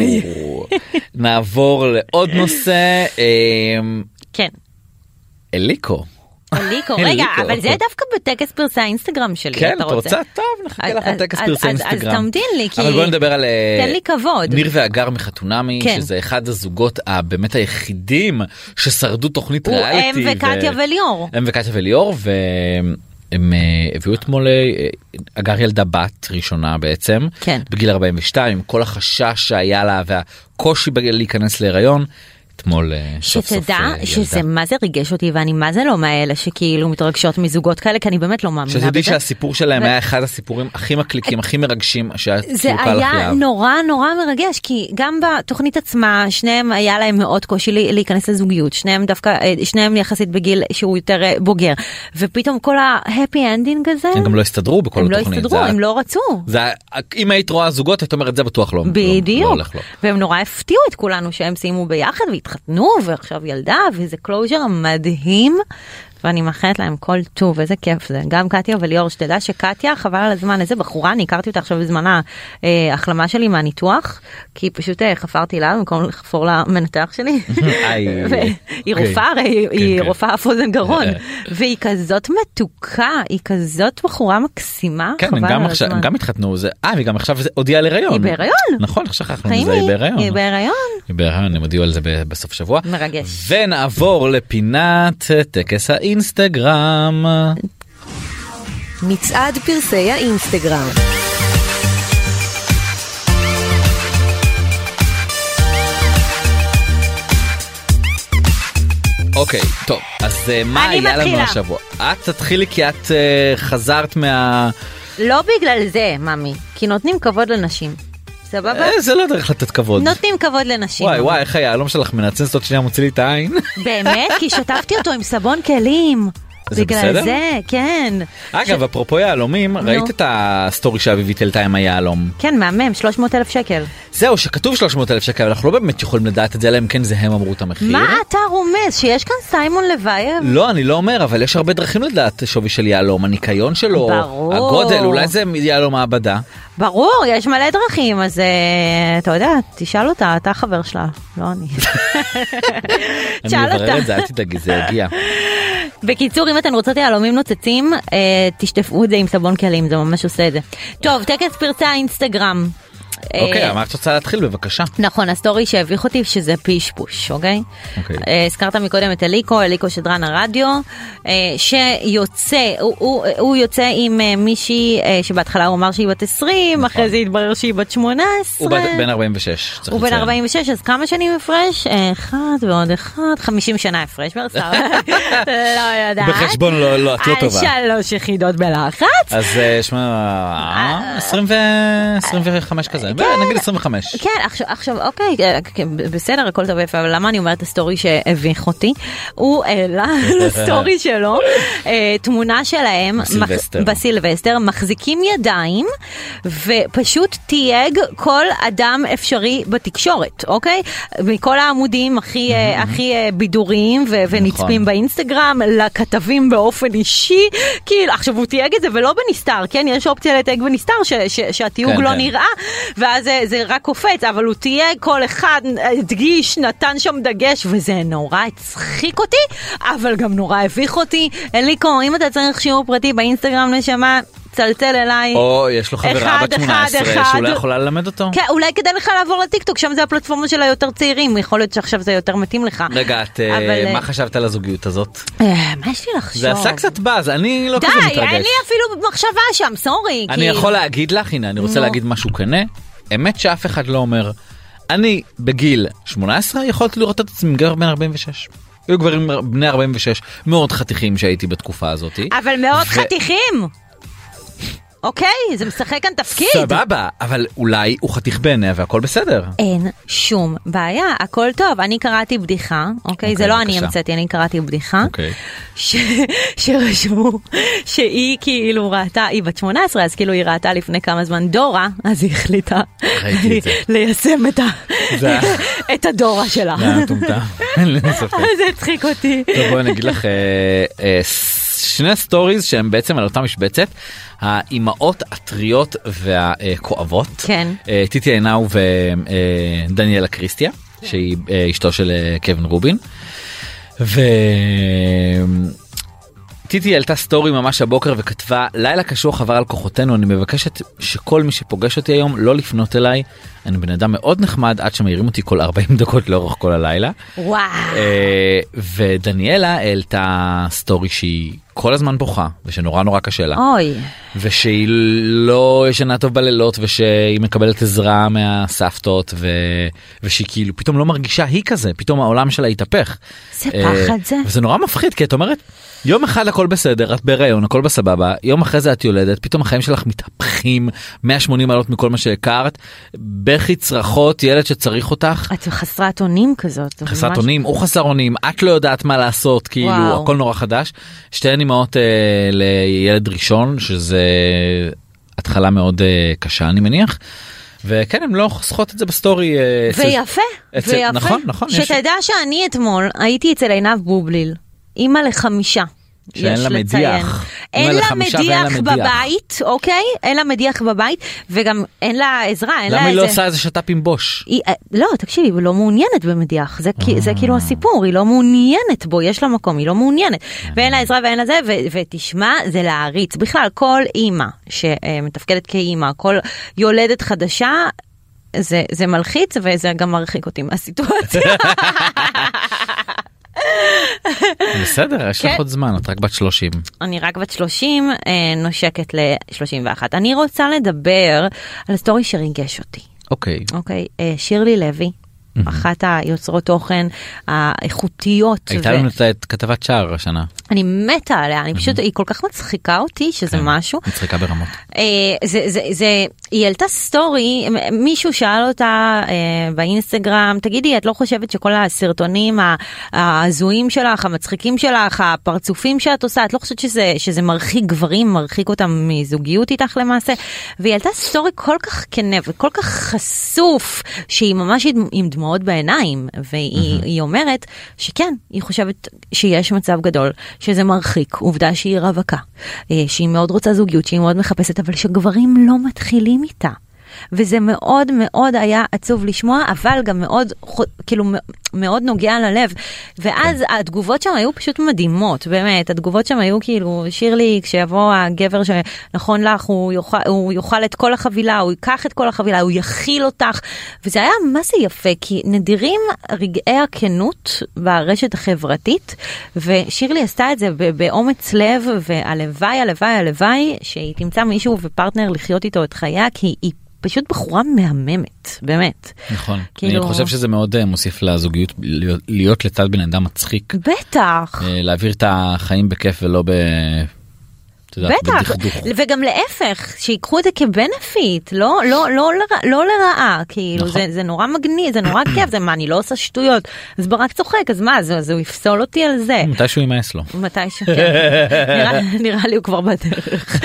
נעבור לעוד נושא. כן. אליקו. אליקו, רגע, אבל זה דווקא בטקס פרסי האינסטגרם שלי, כן, אתה רוצה? טוב, נחכה לך לטקס פרסי האינסטגרם. אז תמתין לי, כי... אבל בוא נדבר על... תן לי כבוד. ניר והגר מחתונמי, שזה אחד הזוגות הבאמת היחידים ששרדו תוכנית ריאליטי. הוא הם וקטיה וליאור. הם וקטיה וליאור, והם הביאו אתמול, הגר ילדה בת ראשונה בעצם, בגיל ארבעים ושתיים, כל החשש שהיה לה והקושי להיכנס להיריון, אתמול סוף סוף שתדע שזה מה זה ריגש אותי, ואני מה זה לא מאלה שכאילו מתרגשות מזוגות כאלה, כי אני באמת לא מאמינה בזה. שתדעי שהסיפור שלהם היה אחד הסיפורים הכי מקליקים, הכי מרגשים שהיה כאילו קל זה היה נורא נורא מרגש, כי גם בתוכנית עצמה שניהם היה להם מאוד קושי להיכנס לזוגיות, שניהם דווקא, שניהם יחסית בגיל שהוא יותר בוגר, ופתאום כל ההפי אנדינג הזה, הם גם לא הסתדרו בכל התוכנית. הם לא הסתדרו, הם לא רצו. אם היית רואה זוגות, היית אומרת, זה בטוח לא. בדיוק. והם נורא הפתיעו את כולנו שהם סיימו ביחד והתחתנו, ועכשיו ילדה, וזה קלוז'ר מדהים, ואני מאחלת להם כל טוב, איזה כיף זה. גם קטיה וליאור, שתדע שקטיה, חבל על הזמן, איזה בחורה, אני הכרתי אותה עכשיו בזמן ההחלמה שלי מהניתוח, כי פשוט חפרתי לה, במקום לחפור למנתח שלי. היא רופאה, היא רופאה אף אוזן גרון, והיא כזאת מתוקה, היא כזאת בחורה מקסימה, חבל על הזמן. הם גם התחתנו, אה, וגם עכשיו הודיעה על הריון. היא בהיריון. נכון, שכחנו מזה, היא בהיריון. היא בהיריון. היא בהיריון, הם הודיעו על זה בסוף שבוע. מרגש. ונעבור לפינת טקס האינסטגרם. מצעד פרסי האינסטגרם. אוקיי, טוב, אז מה היה לנו השבוע? את תתחילי כי את חזרת מה... לא בגלל זה, ממי, כי נותנים כבוד לנשים. סבבה? זה לא דרך לתת כבוד. נותנים כבוד לנשים. וואי וואי, איך היה, לא משלך מנצן סtot שנייה מוציא לי את העין. באמת? כי שטפתי אותו עם סבון כלים. זה בגלל בסדר? זה, כן. אגב, אפרופו יעלומים, ראית את הסטורי שאביבית העלתה עם היעלום? כן, מהמם, שלוש מאות אלף שקל. זהו, שכתוב שלוש מאות אלף שקל, אנחנו לא באמת יכולים לדעת את זה, אלא אם כן זה הם אמרו את המחיר. מה אתה רומז? שיש כאן סיימון לבייב? לא, אני לא אומר, אבל יש הרבה דרכים לדעת שווי של יעלום, הניקיון שלו, ברור. הגודל, אולי זה יעלום מעבדה. ברור, יש מלא דרכים, אז אתה יודע, תשאל אותה, אתה חבר שלה, לא אני. אני אברר את זה, אל תדאגי, זה יגיע. בקיצור, אם אתן רוצות יהלומים נוצצים, תשטפו את זה עם סבון כלים, זה ממש עושה את זה. טוב, טקס פרסי האינסטגרם. אוקיי, אמרת רוצה להתחיל, בבקשה. נכון, הסטורי שהביך אותי שזה פישפוש, אוקיי? הזכרת מקודם את אליקו, אליקו שדרן הרדיו, שיוצא, הוא יוצא עם מישהי שבהתחלה הוא אמר שהיא בת עשרים, אחרי זה התברר שהיא בת שמונה עשרה. הוא בן ארבעים ושש. הוא בן ארבעים ושש, אז כמה שנים הפרש? אחד ועוד אחד, חמישים שנה הפרש, ברסר. לא יודעת. בחשבון לא, את לא טובה. שלוש יחידות בלחץ. אז שמע, עשרים וחמש כזה. נגיד עשרים וחמש. כן, עכשיו, עכשיו, אוקיי, בסדר, הכל טוב יפה, אבל למה אני אומרת את הסטורי שהביך אותי? הוא העלה לסטורי שלו תמונה שלהם בסילבסטר, מחזיקים ידיים, ופשוט תייג כל אדם אפשרי בתקשורת, אוקיי? מכל העמודים הכי, הכי בידוריים ונצפים באינסטגרם, לכתבים באופן אישי, כאילו, עכשיו הוא תייג את זה ולא בנסתר, כן? יש אופציה לתייג בנסתר שהתיוג לא נראה, ואז זה, זה רק קופץ, אבל הוא תהיה כל אחד הדגיש, נתן שם דגש, וזה נורא הצחיק אותי, אבל גם נורא הביך אותי. אליקו, אם אתה צריך שיעור פרטי באינסטגרם נשמה, צלצל אליי. או יש לו חברה בת שמונה עשרה שאולי יכולה ללמד אותו. כן, אולי כדאי לך לעבור לטיקטוק, שם זה הפלטפורמה של היותר צעירים, יכול להיות שעכשיו זה יותר מתאים לך. רגע, מה חשבת על הזוגיות הזאת? מה יש לי לחשוב? זה עשה קצת באז, אני לא כזה מתרגש. די, אין לי אפילו מחשבה שם, סורי. אני יכול להגיד לך, הנה, אני רוצה להגיד משהו כנה, אמת שאף אחד לא אומר, אני בגיל שמונה עשרה יכולתי לראות את עצמי גבר בן ארבעים ושש. היו גברים בני ארבעים ושש מאוד חתיכים שהייתי בתקופה הזאת. אבל מאוד חתיכים. אוקיי? זה משחק כאן תפקיד. סבבה, אבל אולי הוא חתיך בעיניה והכל בסדר. אין שום בעיה, הכל טוב. אני קראתי בדיחה, אוקיי? זה לא אני המצאתי, אני קראתי בדיחה. אוקיי. שרשמו שהיא כאילו ראתה, היא בת שמונה עשרה, אז כאילו היא ראתה לפני כמה זמן דורה, אז היא החליטה ליישם את הדורה שלה. זה הצחיק אותי. טוב, בואי נגיד לך שני סטוריז שהם בעצם על אותה משבצת, האימהות הטריות והכואבות. כן. טיטי עינאו ודניאלה קריסטיה, שהיא אשתו של קווין רובין. ו... טיטי העלתה סטורי ממש הבוקר וכתבה, לילה קשוח עבר על כוחותינו, אני מבקשת שכל מי שפוגש אותי היום לא לפנות אליי, אני בן אדם מאוד נחמד עד שמעירים אותי כל ארבעים דקות לאורך כל הלילה. וואו. ודניאלה העלתה סטורי שהיא כל הזמן בוכה, ושנורא נורא קשה לה. אוי. ושהיא לא ישנה טוב בלילות, ושהיא מקבלת עזרה מהסבתות, ו... ושהיא כאילו פתאום לא מרגישה היא כזה, פתאום העולם שלה התהפך. זה פחד זה. וזה נורא מפחיד, כי את אומרת, יום אחד הכל בסדר, את בהיריון, הכל בסבבה, יום אחרי זה את יולדת, פתאום החיים שלך מתהפכים מאה ושמונים מעלות מכל מה שהכרת, בכי צרחות, ילד שצריך אותך. את חסרת אונים כזאת. חסרת אונים, הוא חסר אונים, את לא יודעת מה לעשות, כאילו וואו. הכל נורא חדש. שתי אימהות אה, לילד ראשון, שזה התחלה מאוד אה, קשה אני מניח. וכן, הם לא חוסכות את זה בסטורי. אה, ויפה, אצל, ויפה. נכון, נכון. שתדע יש... שאני אתמול הייתי אצל עינב בובליל, אימא לחמישה. שאין לה מדיח. אין לה מדיח בבית, אוקיי? אין לה מדיח בבית, וגם אין לה עזרה. למה היא לא עושה איזה שטאפ עם בוש? לא, תקשיבי, היא לא מעוניינת במדיח. זה כאילו הסיפור, היא לא מעוניינת בו, יש לה מקום, היא לא מעוניינת. ואין לה עזרה ואין לה זה, ותשמע, זה להריץ. בכלל, כל אימא שמתפקדת כאימא, כל יולדת חדשה, זה מלחיץ, וזה גם מרחיק אותי מהסיטואציה. בסדר, יש לך עוד זמן, את רק בת שלושים. אני רק בת שלושים, נושקת ל-שלושים ואחת. אני רוצה לדבר על הסטורי שריגש אותי. אוקיי. אוקיי, שירלי לוי, אחת היוצרות תוכן האיכותיות. הייתה לנו את כתבת שער השנה. אני מתה עליה, אני פשוט, היא כל כך מצחיקה אותי, שזה משהו. מצחיקה ברמות. זה, זה, זה, היא העלתה סטורי, מישהו שאל אותה באינסטגרם, תגידי, את לא חושבת שכל הסרטונים הזויים שלך, המצחיקים שלך, הפרצופים שאת עושה, את לא חושבת שזה, שזה מרחיק גברים, מרחיק אותם מזוגיות איתך למעשה? והיא העלתה סטורי כל כך כנה וכל כך חשוף, שהיא ממש עם דמעות בעיניים, והיא אומרת שכן, היא חושבת שיש מצב גדול, שזה מרחיק, עובדה שהיא רווקה, שהיא מאוד רוצה זוגיות, שהיא מאוד מחפשת, אבל שגברים לא מתחילים איתה. וזה מאוד מאוד היה עצוב לשמוע, אבל גם מאוד, כאילו, מאוד נוגע ללב. ואז התגובות שם היו פשוט מדהימות, באמת. התגובות שם היו כאילו, שירלי, כשיבוא הגבר שנכון לך, הוא יוכל, הוא יוכל את כל החבילה, הוא ייקח את כל החבילה, הוא יכיל אותך. וזה היה מה זה יפה, כי נדירים רגעי הכנות ברשת החברתית, ושירלי עשתה את זה באומץ לב, והלוואי, הלוואי, הלוואי, שהיא תמצא מישהו ופרטנר לחיות איתו את חייה, כי היא פשוט בחורה מהממת, באמת. נכון. כאילו... אני חושב שזה מאוד מוסיף לזוגיות להיות, להיות לצד בן אדם מצחיק. בטח. להעביר את החיים בכיף ולא ב... בטח, וגם להפך, שיקחו את זה כבנפיט, לא, לא, לא, לא לרעה, כאילו, זה, זה נורא מגניב, זה נורא כיף, זה מה, אני לא עושה שטויות, אז ברק צוחק, אז מה, זה, זה הוא יפסול אותי על זה. מתישהו ימאס לו. מתישהו, כן. נראה, נראה לי הוא כבר בדרך.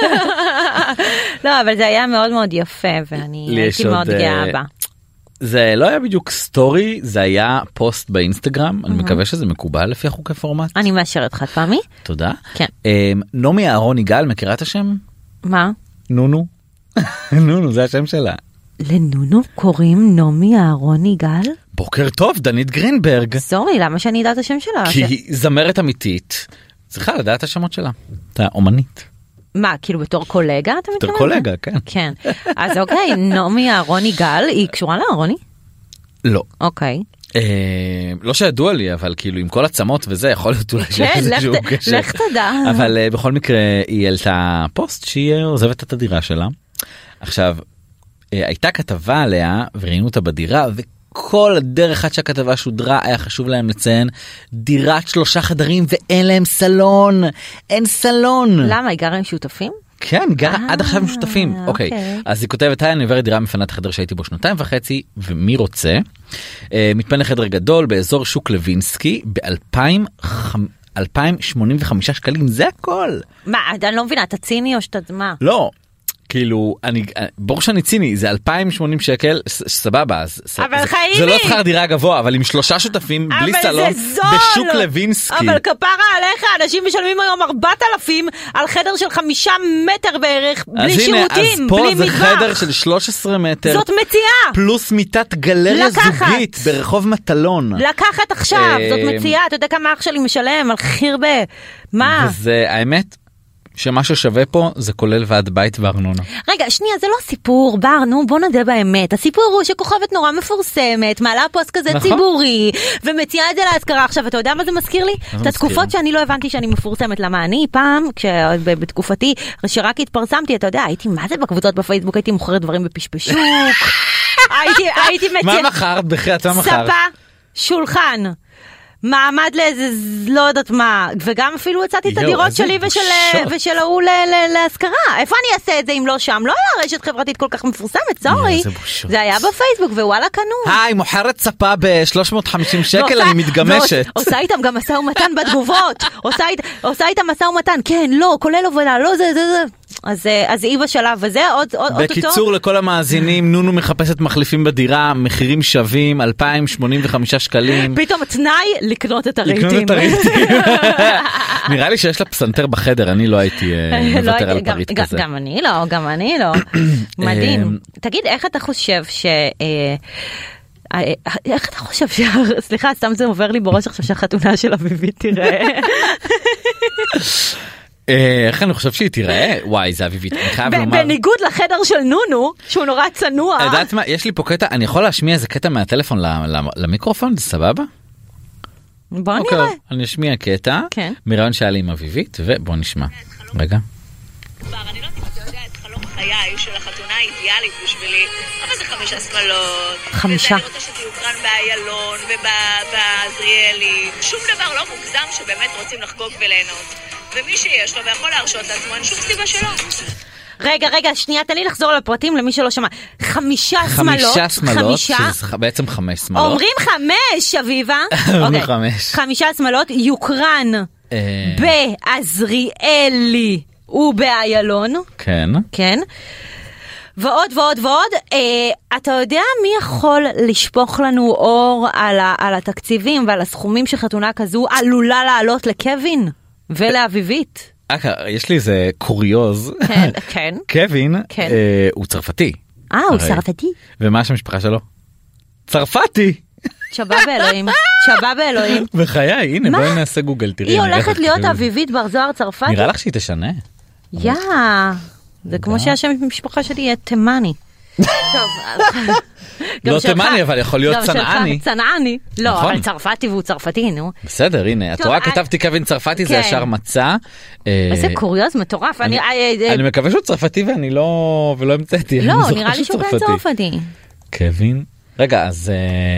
לא, אבל זה היה מאוד מאוד יפה, ואני הייתי מאוד גאה בה. זה לא היה בדיוק סטורי, זה היה פוסט באינסטגרם, אני מקווה שזה מקובל לפי החוקי פורמט. אני מאשרת חד פעמי. תודה. כן. נעמי אהרון יגאל, מכירה את השם? מה? נונו. נונו, זה השם שלה. לנונו קוראים נעמי אהרון יגאל? בוקר טוב, דנית גרינברג. סורי, למה שאני אדע את השם שלה? כי היא זמרת אמיתית, צריכה לדעת את השמות שלה. אתה אומנית. מה, כאילו בתור קולגה אתה מתכוון? בתור קולגה, כן. כן. אז אוקיי, נעמי אהרון יגאל, היא קשורה לאהרוני? לא. אוקיי. לא שידוע לי, אבל כאילו עם כל עצמות וזה, יכול להיות אולי שיש איזשהו קשר. לך תדע. אבל בכל מקרה, היא העלתה פוסט שהיא עוזבת את הדירה שלה. עכשיו, הייתה כתבה עליה, וראינו אותה בדירה, כל הדרך עד שהכתבה שודרה היה חשוב להם לציין דירת שלושה חדרים ואין להם סלון, אין סלון. למה? היא גרה עם שותפים? כן, גרה עד עכשיו משותפים. אוקיי, אז היא כותבת, היי, אני עוברת דירה מפנת החדר שהייתי בו שנתיים וחצי, ומי רוצה? מתפנה חדר גדול באזור שוק לוינסקי, ב-אלפיים שמונים וחמישה שקלים, זה הכל. מה, אני לא מבינה, אתה ציני או שאתה מה? לא. כאילו, אני, ברור שאני ציני, זה אלפיים ושמונים שקל, סבבה, אבל חיימי. זה לא שכר דירה גבוה, אבל עם שלושה שותפים, בלי סלון, בשוק לוינסקי. אבל כפרה עליך, אנשים משלמים היום ארבעת אלפים על חדר של חמישה מטר בערך, בלי שירותים, בלי מטבח. אז פה זה חדר של שלושה עשר מטר. זאת מציאה. פלוס מיטת גלריה זוגית ברחוב מטלון. לקחת עכשיו, זאת מציאה, אתה יודע כמה אח שלי משלם על חירבה, מה? וזה, האמת, שמה ששווה פה זה כולל ועד בית וארנונה. רגע, שנייה, זה לא סיפור, בר, נו, בוא נדע באמת. הסיפור הוא שכוכבת נורא מפורסמת, מעלה פוסט כזה נכון? ציבורי, ומציעה את זה להזכרה. עכשיו, אתה יודע מה זה מזכיר לי? את התקופות שאני לא הבנתי שאני מפורסמת. למה אני פעם, בתקופתי, שרק התפרסמתי, אתה יודע, הייתי, מה זה בקבוצות בפייסבוק, הייתי מוכרת דברים בפשפשוק. הייתי, הייתי מציעה... מה מחרת? בחייאת, מה מחרת? ספה, שולחן. מעמד לאיזה, לא יודעת מה, וגם אפילו הצעתי את הדירות שלי ושל ההוא להשכרה. איפה אני אעשה את זה אם לא שם? לא היה רשת חברתית כל כך מפורסמת, סורי. זה היה בפייסבוק, ווואלה קנו. היי, מוכרת ספה ב-שלוש מאות וחמישים שקל, אני מתגמשת. עושה איתם גם מסע ומתן בתגובות. עושה איתם מסע ומתן, כן, לא, כולל עבודה, לא זה, זה, זה. אז היא בשלב הזה, עוד אותו. בקיצור, לכל המאזינים, נונו מחפשת מחליפים בדירה, מחירים שווים, אלפיים שמונים וחמישה שקלים. פתאום תנאי לקנות את הרהיטים. לקנות את הרהיטים. נראה לי שיש לה פסנתר בחדר, אני לא הייתי מוותר על פריט כזה. גם אני לא, גם אני לא. מדהים. תגיד, איך אתה חושב ש... איך אתה חושב ש... סליחה, סתם זה עובר לי בראש עכשיו שהחתונה של אביבית תראה. איך אני חושב שהיא תיראה? וואי, זה אביבית. בניגוד לחדר של נונו, שהוא נורא צנוע. יודעת מה, יש לי פה קטע, אני יכול להשמיע איזה קטע מהטלפון למיקרופון, זה סבבה? בוא נראה. אני אשמיע קטע, מרעיון שהיה לי עם אביבית, ובוא נשמע. רגע. אני לא יודעת, חלום חיי של החתונה האידיאלית בשבילי, אבל זה חמישה שמלות. חמישה. ואני רוצה שתיוקרן באיילון ובעזריאלי. שום דבר לא מוגזם שבאמת רוצים לחגוג וליהנות. ומי שיש לו ויכול להרשות לעצמו, אין שום סיבה שלא. רגע, רגע, שנייה, תן לי לחזור לפרטים למי שלא שמע. חמישה שמלות. חמישה שמלות, שזה בעצם חמש שמלות. אומרים חמש, אביבה. אומרים חמש. חמישה שמלות, יוקרן בעזריאלי ובאיילון. כן. כן. ועוד ועוד ועוד, אה, אתה יודע מי יכול לשפוך לנו אור על, ה, על התקציבים ועל הסכומים שחתונה כזו עלולה לעלות לקווין ולאביבית? יש לי איזה קוריוז. כן, כן. קווין כן. אה, הוא צרפתי. אה, הוא צרפתי. ומה השם המשפחה שלו? צרפתי. שבה באלוהים, שבה באלוהים. בחיי, הנה בואי נעשה גוגל, תראי. היא הולכת להיות אביבית בר זוהר צרפתי? נראה לך שהיא תשנה. יא, זה כמו שהשם המשפחה שלי יהיה תימני. לא תימני, אבל יכול להיות צנעני. צנעני. לא, אבל צרפתי והוא צרפתי, נו. בסדר, הנה, את רואה, כתבתי קווין צרפתי, זה ישר מצא. איזה קוריוז מטורף. אני מקווה שהוא צרפתי ואני לא, ולא המצאתי. לא, נראה לי שהוא כן צרפתי. קווין. רגע, אז...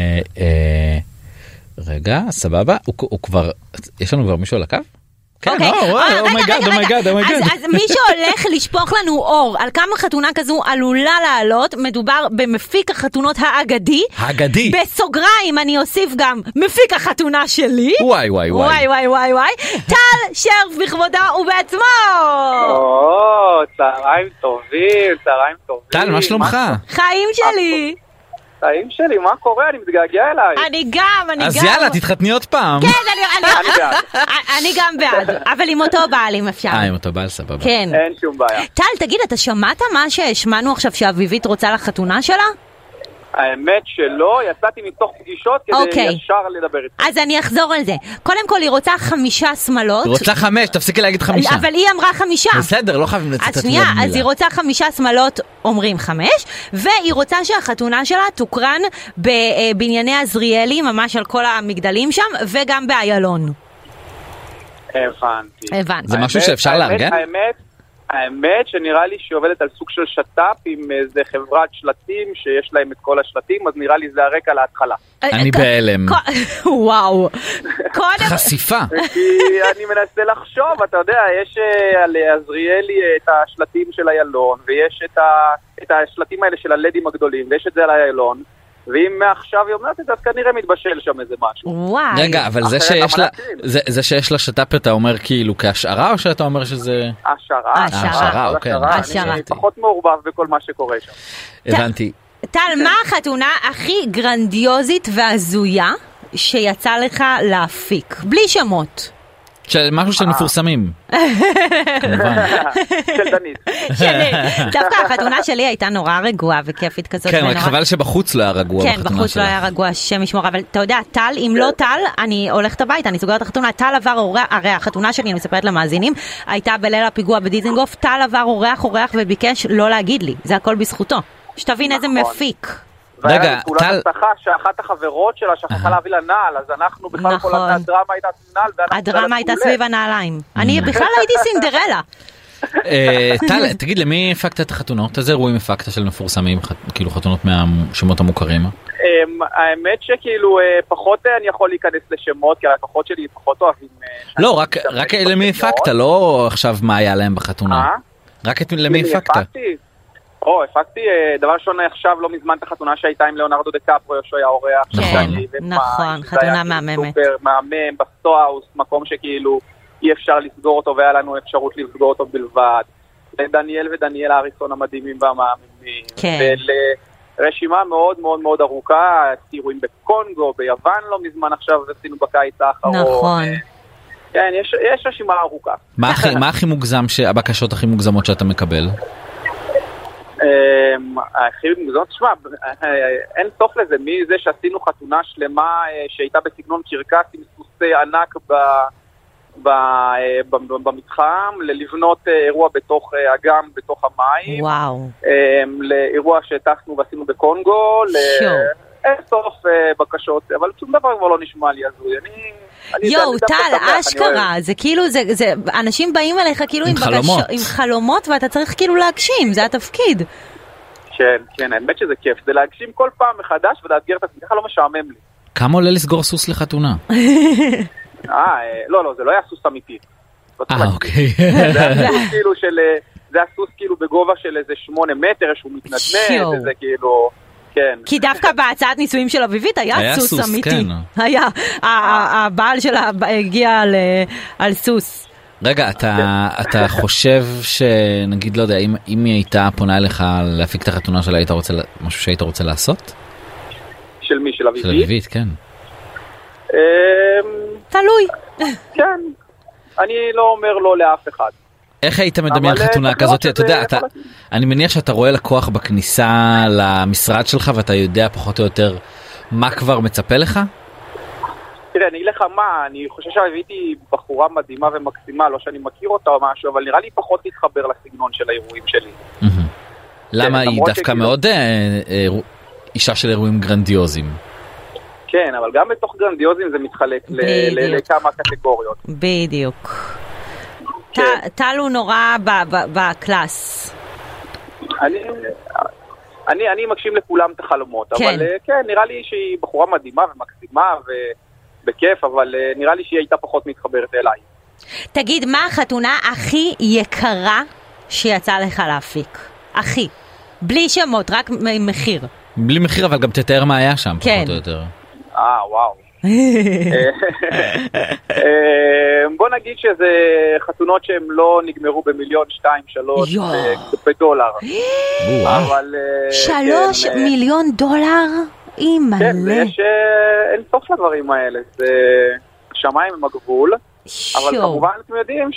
רגע, סבבה. הוא כבר... יש לנו כבר מישהו על הקו? כן, אומייגאד, אומייגאד, אומייגאד. אז מי שהולך לשפוך לנו אור על כמה חתונה כזו עלולה לעלות, מדובר במפיק החתונות האגדי. האגדי. בסוגריים אני אוסיף גם מפיק החתונה שלי. וואי וואי וואי. וואי וואי וואי וואי. טל שרף בכבודו ובעצמו. או, צהריים טובים, צהריים טובים. טל, מה שלומך? חיים שלי. חיים שלי, מה קורה? אני מתגעגע אליי. אני גם, אני גם. אז יאללה, תתחתני עוד פעם. כן, אני בעד. אני גם בעד, אבל עם אותו בעל, אם אפשר. אה, עם אותו בעל, סבבה. כן. אין שום בעיה. טל, תגיד, אתה שמעת מה שהשמענו עכשיו שאביבית רוצה לחתונה שלה? האמת שלא, יצאתי מתוך פגישות כדי ישר לדבר איתה. אז אני אחזור על זה. קודם כל היא רוצה חמישה שמלות. היא רוצה חמש, תפסיקי להגיד חמישה. אבל היא אמרה חמישה. בסדר, לא חייבים לצטט מילה. אז שנייה, אז היא רוצה חמישה שמלות, אומרים חמש, והיא רוצה שהחתונה שלה תוקרן בבנייני עזריאלי, ממש על כל המגדלים שם, וגם באיילון. הבנתי. הבנתי. זה משהו שאפשר לארגן? האמת, האמת שנראה לי שהיא עובדת על סוג של שטאפ עם איזה חברת שלטים שיש להם את כל השלטים, אז נראה לי זה הרקע להתחלה. אני בהלם. וואו. חשיפה. כי אני מנסה לחשוב, אתה יודע, יש על עזריאלי את השלטים של איילון, ויש את השלטים האלה של הלדים הגדולים, ויש את זה על איילון, ואם מעכשיו היא אומרת את זה, אז כנראה מתבשל שם איזה משהו. וואי. רגע, אבל זה שיש לה, זה, זה שיש לה שטאפ, אתה אומר כאילו כהשערה, או שאתה אומר שזה... השערה. השערה, אוקיי. אני פחות מעורבב בכל מה שקורה שם. הבנתי. טל, מה החתונה הכי גרנדיוזית והזויה שיצא לך להפיק? בלי שמות. של משהו של מפורסמים. כמובן. של דנית. דווקא החתונה שלי הייתה נורא רגועה וכיפית כזאת. כן, רק חבל שבחוץ לא היה רגוע בחתונה שלך. שלך. כן, בחוץ לא היה רגוע, שם ישמור, אבל אתה יודע, טל, אם לא טל, אני הולכת הביתה, אני סוגרת את החתונה. טל עבר אורח, הרי החתונה שלי, אני מספרת למאזינים, הייתה בליל הפיגוע בדיזנגוף, טל עבר אורח אורח וביקש לא להגיד לי, זה הכל בזכותו. שתבין איזה מפיק. רגע, טל... שאחת החברות שלה שכחה להביא לה נעל, אז אנחנו בכלל כל הדרמה הייתה נעל. הדרמה הייתה סביב הנעליים. אני בכלל הייתי סינדרלה. טל, תגיד, למי הפקת את החתונות? איזה אירועים הפקת של מפורסמים, כאילו חתונות מהשמות המוכרים? האמת שכאילו פחות אני יכול להיכנס לשמות, כי הלקוחות שלי פחות אוהבים... לא, רק למי הפקת, לא עכשיו מה היה להם בחתונה. רק למי הפקת? או, הפקתי דבר ראשון עכשיו לא מזמן את החתונה שהייתה עם ליאונרדו דקפריו, שהוא היה אורח. נכון, נכון, חתונה מהממת. סופר מהמם, בסטואוס, מקום שכאילו אי אפשר לסגור אותו, והיה לנו אפשרות לסגור אותו בלבד. לדניאל ודניאל האריסון המדהימים והמאמינים. כן. ולרשימה מאוד מאוד מאוד ארוכה, אירועים בקונגו, ביוון לא מזמן עכשיו, עשינו בקיץ האחרון. נכון. כן, יש, יש רשימה ארוכה. מה הכי, מה הכי מוגזם, הבקשות הכי מוגזמות שאתה מקבל? הכי מוגזמות, תשמע, אין סוף לזה, מזה שעשינו חתונה שלמה שהייתה בסגנון קרקס עם סוסי ענק במתחם, ללבנות אירוע בתוך אגם, בתוך המים. וואו. לאירוע שהטסנו ועשינו בקונגו, אין סוף בקשות, אבל שום דבר כבר לא נשמע לי הזוי. יואו, טל, אשכרה, זה כאילו, אנשים באים אליך כאילו עם חלומות, ואתה צריך כאילו להגשים, זה התפקיד. כן, כן, האמת שזה כיף, זה להגשים כל פעם מחדש ולאתגר את עצמי, ככה לא משעמם לי. כמה עולה לסגור סוס לחתונה? אה, לא, לא, זה לא היה סוס אמיתי. אה, אוקיי. זה הסוס כאילו בגובה של איזה שמונה מטר, שהוא מתנדנד, וזה כאילו... כן. כי דווקא בהצעת נישואים של אביבית היה סוס אמיתי. היה, הבעל שלה הגיע על סוס. רגע, אתה חושב שנגיד, לא יודע, אם היא הייתה פונה אליך להפיק את החתונה שלה, היית רוצה, משהו שהיית רוצה לעשות? של מי? של אביבית? של אביבית, כן. תלוי. כן. אני לא אומר לא לאף אחד. איך היית מדמיין חתונה כזאת? אתה יודע, אני מניח שאתה רואה לקוח בכניסה למשרד שלך ואתה יודע פחות או יותר מה כבר מצפה לך? תראה, אני אגיד לך מה, אני חושב שהבאתי בחורה מדהימה ומקסימה, לא שאני מכיר אותה או משהו, אבל נראה לי פחות להתחבר לסגנון של האירועים שלי. למה? היא דווקא מאוד אישה של אירועים גרנדיוזיים. כן, אבל גם בתוך גרנדיוזיים זה מתחלק לכמה קטגוריות. בדיוק. טל הוא נורא בקלאס. אני מקשים לכולם את החלומות, אבל כן, נראה לי שהיא בחורה מדהימה ומקסימה ובכיף, אבל נראה לי שהיא הייתה פחות מתחברת אליי. תגיד, מה החתונה הכי יקרה שיצא לך להפיק? הכי. בלי שמות, רק מחיר. בלי מחיר, אבל גם תתאר מה היה שם, פחות או יותר. אה, וואו. בוא נגיד שזה חתונות שהן לא נגמרו במיליון, שתיים, שלוש בדולר. שלוש מיליון דולר? כן, יש אין סוף לדברים האלה. השמיים הם הגבול, אבל כמובן אתם יודעים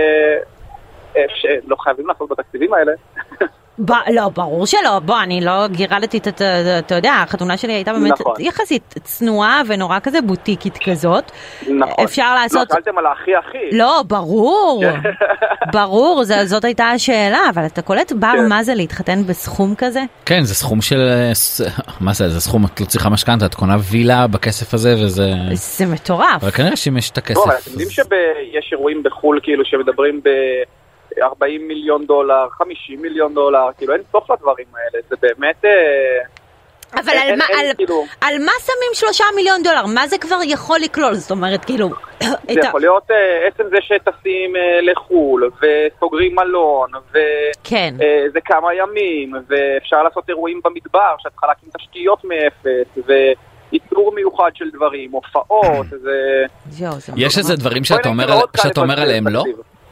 שלא חייבים לעשות בתקציבים האלה. לא, ברור שלא, בוא, אני לא גירדתי את, אתה יודע, החתונה שלי הייתה באמת יחסית צנועה ונורא כזה בוטיקית כזאת. נכון. אפשר לעשות... לא, שאלתם על הכי הכי. לא, ברור, ברור, זאת הייתה השאלה, אבל אתה קולט בר מה זה להתחתן בסכום כזה? כן, זה סכום של... מה זה, זה סכום, את לא צריכה משכנתה, את קונה וילה בכסף הזה וזה... זה מטורף. אבל כנראה שאם יש את הכסף... לא, אבל אתם יודעים שיש אירועים בחול כאילו שמדברים ב... ארבעים מיליון דולר, חמישים מיליון דולר, כאילו אין סוף לדברים האלה, זה באמת... אבל אין, על, אין, מה, אין, על, כאילו... על מה שמים שלושה מיליון דולר? מה זה כבר יכול לקלול? זאת אומרת, כאילו... זה יכול ה... להיות uh, עצם זה שטסים uh, לחול, וסוגרים מלון, וזה כן. uh, כמה ימים, ואפשר לעשות אירועים במדבר, שאת צריכה להקים תשתיות מאפס, וייצור מיוחד של דברים, הופעות, זה... יש איזה דברים שאתה אומר, שאתה אומר עליהם, לא?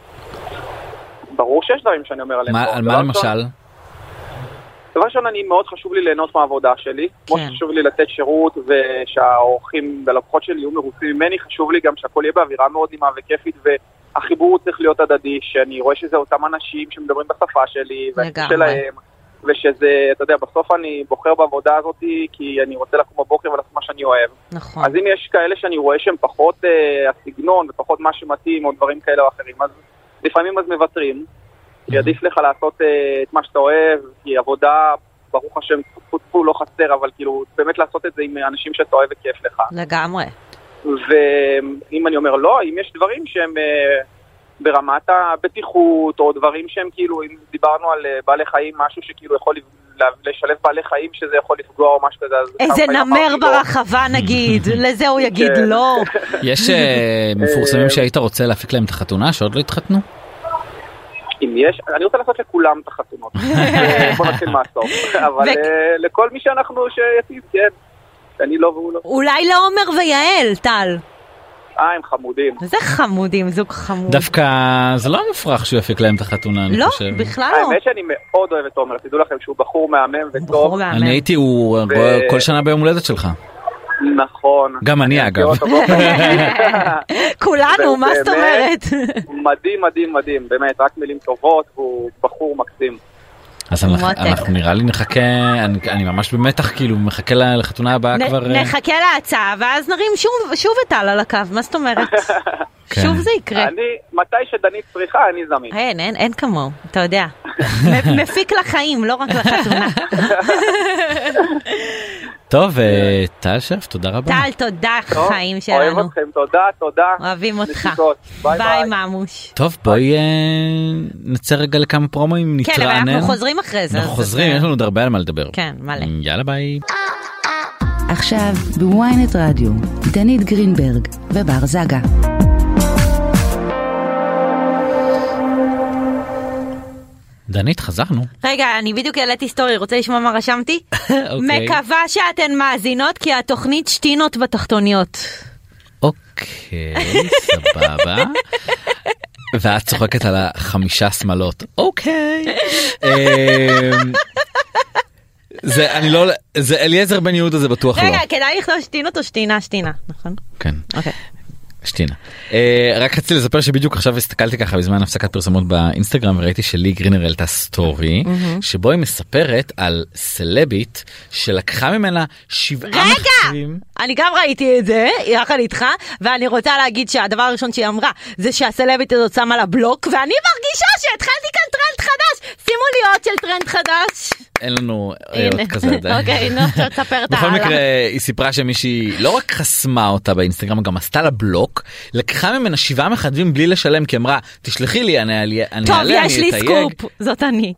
ברור שיש דברים שאני אומר עליהם. מה, על מה למשל? דבר ראשון, אני מאוד חשוב לי ליהנות מהעבודה שלי, כמו שחשוב לי לתת שירות ושהאורחים והלקוחות שלי יהיו מרוצים ממני, חשוב לי גם שהכל יהיה באווירה מאוד נעימה וכיפית, והחיבור צריך להיות הדדי, שאני רואה שזה אותם אנשים שמדברים בשפה שלי, והשפה שלהם, ושזה, אתה יודע, בסוף אני בוחר בעבודה הזאת כי אני רוצה לקום בבוקר ולעשות מה שאני אוהב. נכון. אז אם יש כאלה שאני רואה שהם פחות אה, הסגנון ופחות מה שמתאים או דברים כאלה או אחרים, אז לפעמים אז מבטרים. כי עדיף לך לעשות uh, את מה שאתה אוהב, כי עבודה, ברוך השם, פוטפו לא חסר, אבל כאילו, באמת לעשות את זה עם אנשים שאתה אוהב וכיף לך. לגמרי. ואם אני אומר לא, אם יש דברים שהם uh, ברמת הבטיחות, או דברים שהם כאילו, אם דיברנו על uh, בעלי חיים, משהו שכאילו יכול לשלב בעלי חיים שזה יכול לפגוע או משהו כזה. איזה נמר ברחבה נגיד, לזה הוא יגיד לא. יש מפורסמים שהיית רוצה להפיק להם את החתונה, שעוד לא התחתנו? אם יש, אני רוצה לעשות לכולם את החתונות. בוא נתחיל מהסוף. אבל לכל מי שאנחנו שיציב, כן. אני לא והוא לא. אולי לעומר ויעל, טל. אה, הם חמודים. זה חמודים, זוג חמוד. דווקא זה לא מופרך שהוא יפיק להם את החתונה, אני חושב. לא, בכלל לא. האמת שאני מאוד אוהב את עומר, תדעו לכם שהוא בחור מהמם וטוב. אני הייתי, הוא כל שנה ביום הולדת שלך. נכון. גם אני אגב. כולנו, מה זאת אומרת? מדהים, מדהים, מדהים, באמת, רק מילים טובות, והוא בחור מקסים. אז אנחנו נראה לי נחכה, אני ממש במתח כאילו מחכה לחתונה הבאה כבר. נחכה להצעה ואז נרים שוב את טל על הקו, מה זאת אומרת? שוב זה יקרה. אני, מתי שדנית צריכה, אני זמין. אין, אין, אין כמוהו, אתה יודע. מפיק לחיים, לא רק לחתונה. טוב, טל שף, תודה רבה. טל, תודה, חיים שלנו. אוהב אתכם, תודה, תודה. אוהבים אותך. ביי ביי, ממוש. טוב, בואי נצא רגע לכמה פרומואים, נתרענן. כן, אבל אנחנו חוזרים אחרי זה. אנחנו חוזרים, יש לנו עוד הרבה על מה לדבר. כן, מלא. יאללה, ביי. עכשיו, בוויינט רדיו, דנית גרינברג ובר זגה. דנית, חזרנו. רגע, אני בדיוק העליתי סטורי, רוצה לשמוע מה רשמתי? מקווה שאתן מאזינות, כי התוכנית שתינות בתחתוניות. אוקיי, סבבה. ואת צוחקת על החמישה שמלות. אוקיי. זה, אני לא, זה אליעזר בן יהודה, זה בטוח לא. רגע, כדאי לכתוב שתינות או שתינה, שתינה, נכון? כן. אוקיי. שתינה. רק רציתי לספר שבדיוק עכשיו הסתכלתי ככה בזמן הפסקת פרסומות באינסטגרם וראיתי שלי גרינר העלתה סטורי שבו היא מספרת על סלבית שלקחה ממנה שבעה מחקרים. רגע! אני גם ראיתי את זה יחד איתך, ואני רוצה להגיד שהדבר הראשון שהיא אמרה זה שהסלבית הזאת שמה לה בלוק, ואני מרגישה שהתחלתי כאן טרנד חדש. שימו לי עוד של טרנד חדש. אין לנו עוד כזה. אוקיי, נו, תספר את בכל הלאה. מקרה היא סיפרה שמישהי לא רק חסמה אותה באינסטגרם, גם עשתה לה בלוק, לקחה ממנה שבעה מכתבים בלי לשלם, כי אמרה תשלחי לי, אני אעלה, אני טוב, אעלה, יש לי סקופ, זאת אני.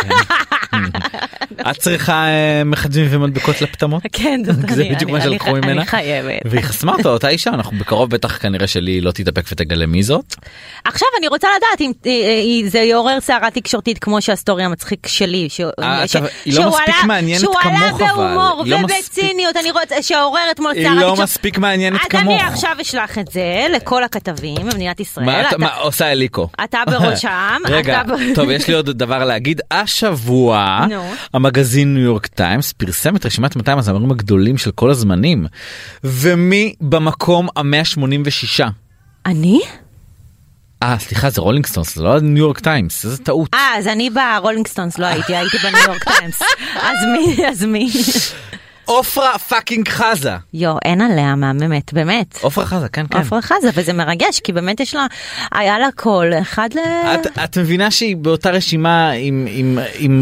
את צריכה מכתבים ומדבקות לפטמות? כן, זאת אני. זה בדיוק מה שלקחו ממנה. אני חייבת. והיא חסמה אותה, אותה אישה, אנחנו בקרוב בטח כנראה שלי לא תתאפק ותגלה מי זאת. עכשיו אני רוצה לדעת אם זה יעורר סערה תקשורתית כמו שהסטורי המצחיק שלי. היא לא מספיק מעניינת כמוך, אבל. שהוא עלה בהומור ובציניות, אני רוצה שעורר אתמול סערה היא תקשורתית. לא מספיק מעניינת כמוך. אז אני עכשיו אשלח את זה לכל הכתבים במדינת ישראל. מה עושה אליקו? אתה בראשם. רגע, טוב, יש לי עוד דבר להגיד. השבוע המגזין ניו יורק טיימס פרסם את רשימת מאתיים הזמרים הגדולים של כל הזמנים, ומי במקום ה-מאה שמונים ושש? אני? אה, סליחה, זה רולינג סטונס, זה לא ניו יורק טיימס, זה טעות. אה, אז אני ברולינג סטונס, לא הייתי, הייתי בניו יורק טיימס. אז מי, אז מי? אופרה פאקינג חזה. יו, אין עליה מהממת, באמת. אופרה חזה, כן, כן. אופרה חזה, וזה מרגש, כי באמת יש לה, היה לה קול אחד ל... את, את מבינה שהיא באותה רשימה עם, עם, עם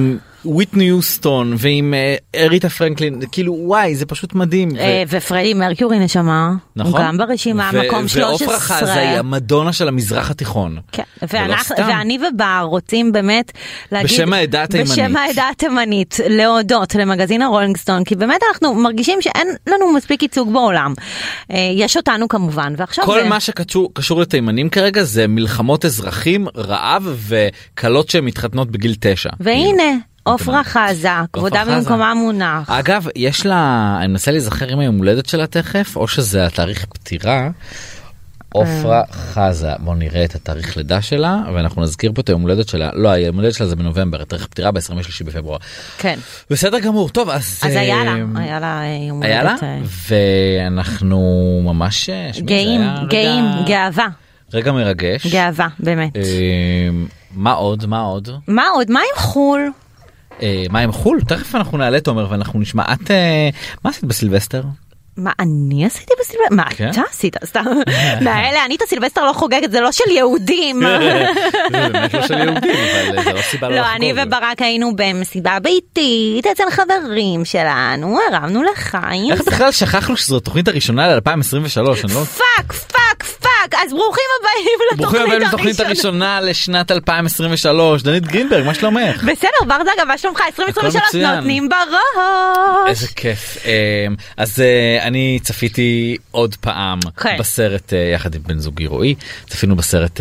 וויטני יוסטון ועם ריטה פרנקלין, כאילו וואי, זה פשוט מדהים. ופרדי מרקיורי נשמה, הוא גם ברשימה, מקום שלוש עשרה. ועופרה חזה היא המדונה של המזרח התיכון. כן, ואני ובר רוצים באמת להגיד, בשם העדה התימנית. בשם העדה התימנית, להודות למגזין הרולינג סטון, כי באמת אנחנו מרגישים שאין לנו מספיק ייצוג בעולם. יש אותנו כמובן, ועכשיו... כל מה שקשור לתימנים כרגע זה מלחמות אזרחים, רעב וקלות שהן מתחתנות בגיל תשע. והנה, עופרה חזה, כבודה במקומה מונח. אגב, יש לה, אני מנסה להיזכר עם היום הולדת שלה תכף, או שזה התאריך פטירה, עופרה חזה. בואו נראה את התאריך לידה שלה, ואנחנו נזכיר פה את היום הולדת שלה. לא, היום הולדת שלה זה בנובמבר, התאריך פטירה ב-עשרים ושלושה בפברואר. כן. בסדר גמור, טוב, אז... אז היה לה, היה לה יום הולדת. היה לה, ואנחנו ממש... גאים, גאים, גאווה. רגע מרגש. גאווה, באמת. מה עוד? מה עוד? מה עוד? מה עם חול? מה עם חול? תכף אנחנו נעלה תומר ואנחנו נשמע. את, מה עשית בסילבסטר? מה אני עשיתי בסילבסטר? מה אתה עשית? סתם. מהאלה, אני את הסילבסטר לא חוגגת, זה לא של יהודים. זה באמת לא של יהודים, אבל זה לא סיבה לא לחגוג. לא, אני וברק היינו במסיבה ביתית אצל חברים שלנו, הרמנו לחיים. איך בכלל שכחנו שזו התוכנית הראשונה ל-אלפיים עשרים ושלוש? פאק, פאק, פאק. אז ברוכים הבאים לתוכנית הראשונה לשנת אלפיים עשרים ושלוש. דנית גרינברג, מה שלומך? בסדר, ברדגה, מה שלומך? עשרים עשרים ושלוש נותנים בראש. איזה כיף. אז אני צפיתי עוד פעם בסרט יחד עם בן זוגי רועי. צפינו בסרט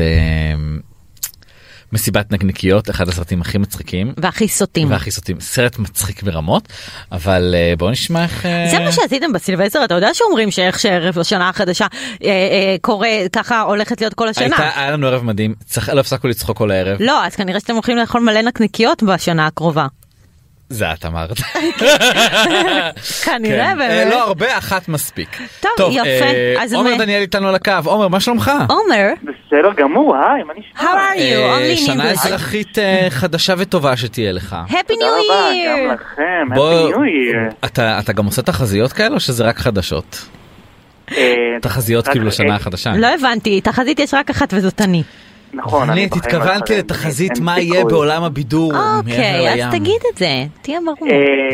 מסיבת נקניקיות, אחד הסרטים הכי מצחיקים. והכי סוטים. והכי סוטים. סרט מצחיק ברמות, אבל בואו נשמע איך... זה מה שעשיתם בסילבסטר, אתה יודע שאומרים שאיך שערב לשנה החדשה קורה, ככה הולכת להיות כל השנה. היה לנו ערב מדהים, לא הפסקנו לצחוק כל הערב. לא, אז כנראה שאתם הולכים לאכול מלא נקניקיות בשנה הקרובה. זה את אמרת. כנראה באמת. לא הרבה, אחת מספיק. טוב, יפה. עומר דניאל איתנו על הקו. עומר, מה שלומך? עומר. בסדר גמור, היי, מה נשמע? How are you? שנה אזרחית חדשה וטובה שתהיה לך. Happy New Year. גם לכם, Happy New Year. אתה גם עושה תחזיות כאלה או שזה רק חדשות? תחזיות כאילו לשנה החדשה. לא הבנתי, תחזית יש רק אחת וזאת אני. נכון, אני התכוונתי לתחזית מה יהיה בעולם הבידור. אוקיי, אז תגיד את זה, תהיה ברור.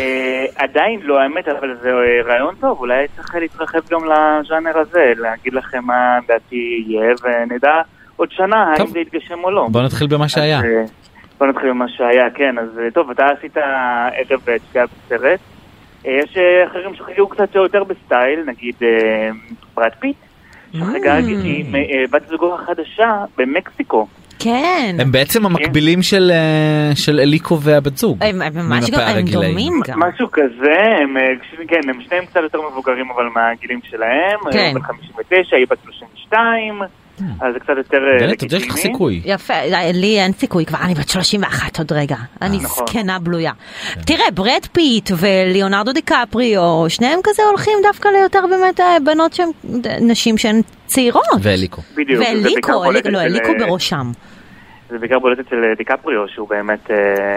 עדיין לא, האמת, אבל זה רעיון טוב, אולי צריך להתרחב גם לז'אנר הזה, להגיד לכם מה דעתי יהיה, ונדע עוד שנה האם זה יתגשם או לא. בוא נתחיל במה שהיה. בוא נתחיל במה שהיה, כן, אז טוב, אתה עשית ערב צפייה בסרט. יש אחרים שחגגו קצת יותר בסטייל, נגיד ברד פיט. שחגג עם בת זוגו החדשה במקסיקו. כן. הם בעצם המקבילים של אליקו והבת זוג. הם ממש גם, הם דומים גם. משהו כזה, כן, הם שניהם קצת יותר מבוגרים אבל מהגילים שלהם. כן. בת חמישים ותשע, היא בת שלושים ושתיים. אז זה קצת יותר לגיטימי. אתה יודע שיש לך סיכוי. יפה, לי אין סיכוי, כבר אני בת שלושים ואחת עוד רגע. אני זקנה בלויה. תראה, ברד פיט וליאונרדו דיקפריו, שניהם כזה הולכים דווקא ליותר באמת בנות שהן, נשים שהן צעירות. ואליקו. בדיוק. ואליקו, לא, אליקו בראשם. זה בעיקר בולט אצל דיקפריו, שהוא באמת,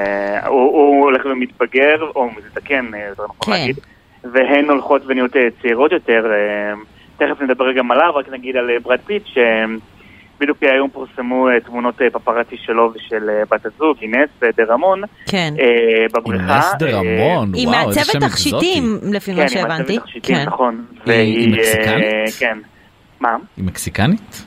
הוא הולך ומתבגר, או מזדקן, יותר נכון להגיד, והן הולכות ונהיות צעירות יותר. תכף נדבר גם עליו, רק נגיד על ברד פיט, שבדיוק היום פורסמו תמונות פפרצי שלו ושל בת הזוג, אינס דרמון, כן. בבריכה. אינס דרמון, היא וואו, איזה שם מעצבת תכשיטים, לפי מה שהבנתי. כן, היא מעצבת תכשיטים, נכון. היא מקסיקנית? כן. מה? היא מקסיקנית?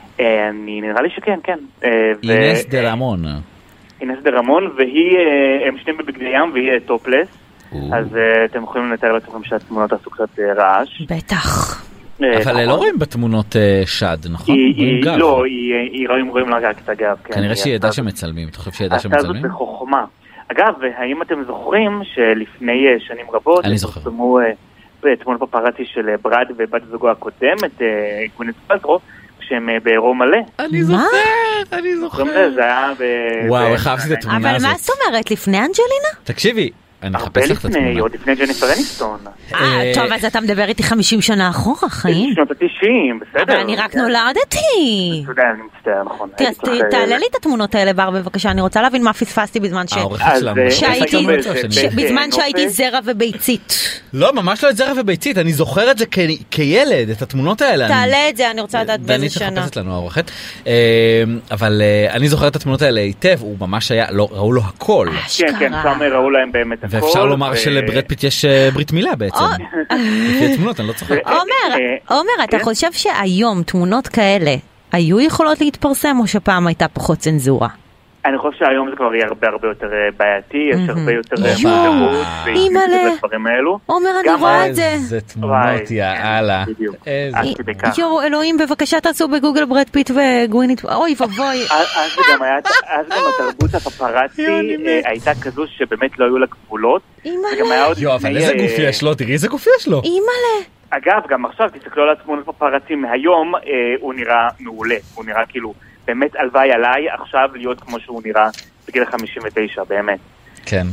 אני נראה לי שכן, כן. אינס דרמון. אינס דרמון, והיא, הם שניהם בבגדי ים, והיא טופלס. אז אתם יכולים לתאר לעצמכם שהתמונות עשו קצת רעש. בטח. אבל לא רואים בתמונות שד, נכון? לא, היא רואים לה רק את הגב. כנראה שהיא ידעה שמצלמים, אתה חושב שהיא ידעה שמצלמים? עשתה זאת בחוכמה. אגב, האם אתם זוכרים שלפני שנים רבות, אני זוכר. פרסמו תמונות פפרצי של ברד ובת זוגו הקודמת, גווינית פלטרו, כשהם בעירום מלא. אני זוכר, אני זוכר. זה היה ב... וואו, איך אהבתי את התמונה הזאת. אבל מה זאת אומרת, לפני אנג'לינה? תקשיבי, אני אחפש לך את התמונה. עוד לפני ג'ניפר אניסטון. אה, טוב, אז אתה מדבר איתי חמישים שנה אחורה, חיים? שנות ה-תשעים, בסדר. אבל אני רק נולדתי. אתה יודע, אני מצטער, נכון. תעלה לי את התמונות האלה, בר, בבקשה, אני רוצה להבין מה פספסתי בזמן ש... העורכת שלנו. בזמן שהייתי זרע וביצית. לא, ממש לא את זרע וביצית, אני זוכר את זה כילד, את התמונות האלה. תעלה את זה, אני רוצה לדעת באיזה שנה. דנית מחפשת לנו העורכת. אבל אני זוכר את התמונות האלה היטב, הוא ממש היה, ראו לו הכל. כן, כן, שם ראו להם באמת הכל. ואפשר לומר שלברד פיט יש ברית מילה בעצם. לפי התמונות, אני לא צוחק. עומר, אתה חושב שהיום תמונות כאלה היו יכולות להתפרסם או שפעם הייתה פחות צנזורה? אני חושב שהיום זה כבר יהיה הרבה הרבה יותר בעייתי, יש הרבה יותר מודעות אימא'לה, לדברים האלו. עומר, אני רואה את זה. איזה תמונות, יאללה. יורו, אלוהים, בבקשה תעשו בגוגל ברד פיט וגווינית, אוי ובוי. אז גם התרבות הפפרצי הייתה כזו שבאמת לא היו לה גבולות. אימא'לה. יו, אבל איזה גוף יש לו, תראי איזה גוף יש לו. אימא'לה. אגב, גם עכשיו, תסתכלו על התמונות פפרצי מהיום, הוא נראה מעולה, הוא נראה כאילו... באמת הלוואי עליי עכשיו להיות כמו שהוא נראה בגיל חמישים ותשע, באמת. כן.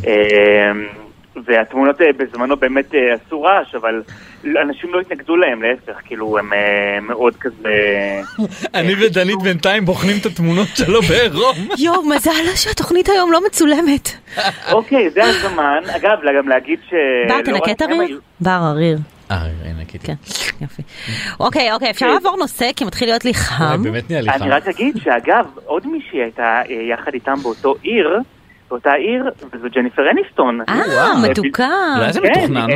והתמונות בזמנו באמת עשו רעש, אבל אנשים לא התנגדו להם, להפך, כאילו הם מאוד כזה... אני ודנית בינתיים בוחנים את התמונות שלו בעירום. יו, מזל שהתוכנית היום לא מצולמת. אוקיי, זה הזמן. אגב, גם להגיד ש... בר, תנקה את הריר? בר, הריר. אה, הנה, קיטי. כן, יופי. אוקיי, אוקיי, אפשר לעבור נושא, כי מתחיל להיות לי חם. באמת נהיה לי חם. אני רק אגיד שאגב, עוד מישהי הייתה יחד איתם באותו עיר, באותה עיר, וזו ג'ניפר אניסטון. אה, מתוקה. אולי זה מתוכנן.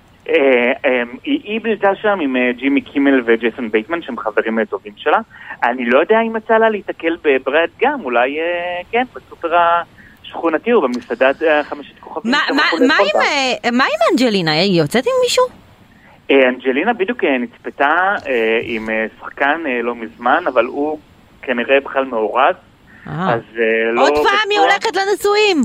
היא בלתה שם עם ג'ימי קימל וג'ייסון בייטמן, שהם חברים טובים שלה. אני לא יודע אם יצא לה להתקל בברד גם, אולי כן, בסופר השכונתי או במסעדת חמשת כוכבים. מה עם אנג'לינה? היא יוצאת עם מישהו? אנג'לינה בדיוק נצפתה עם שחקן לא מזמן, אבל הוא כנראה בכלל מאורז. עוד פעם היא הולכת לנשואים.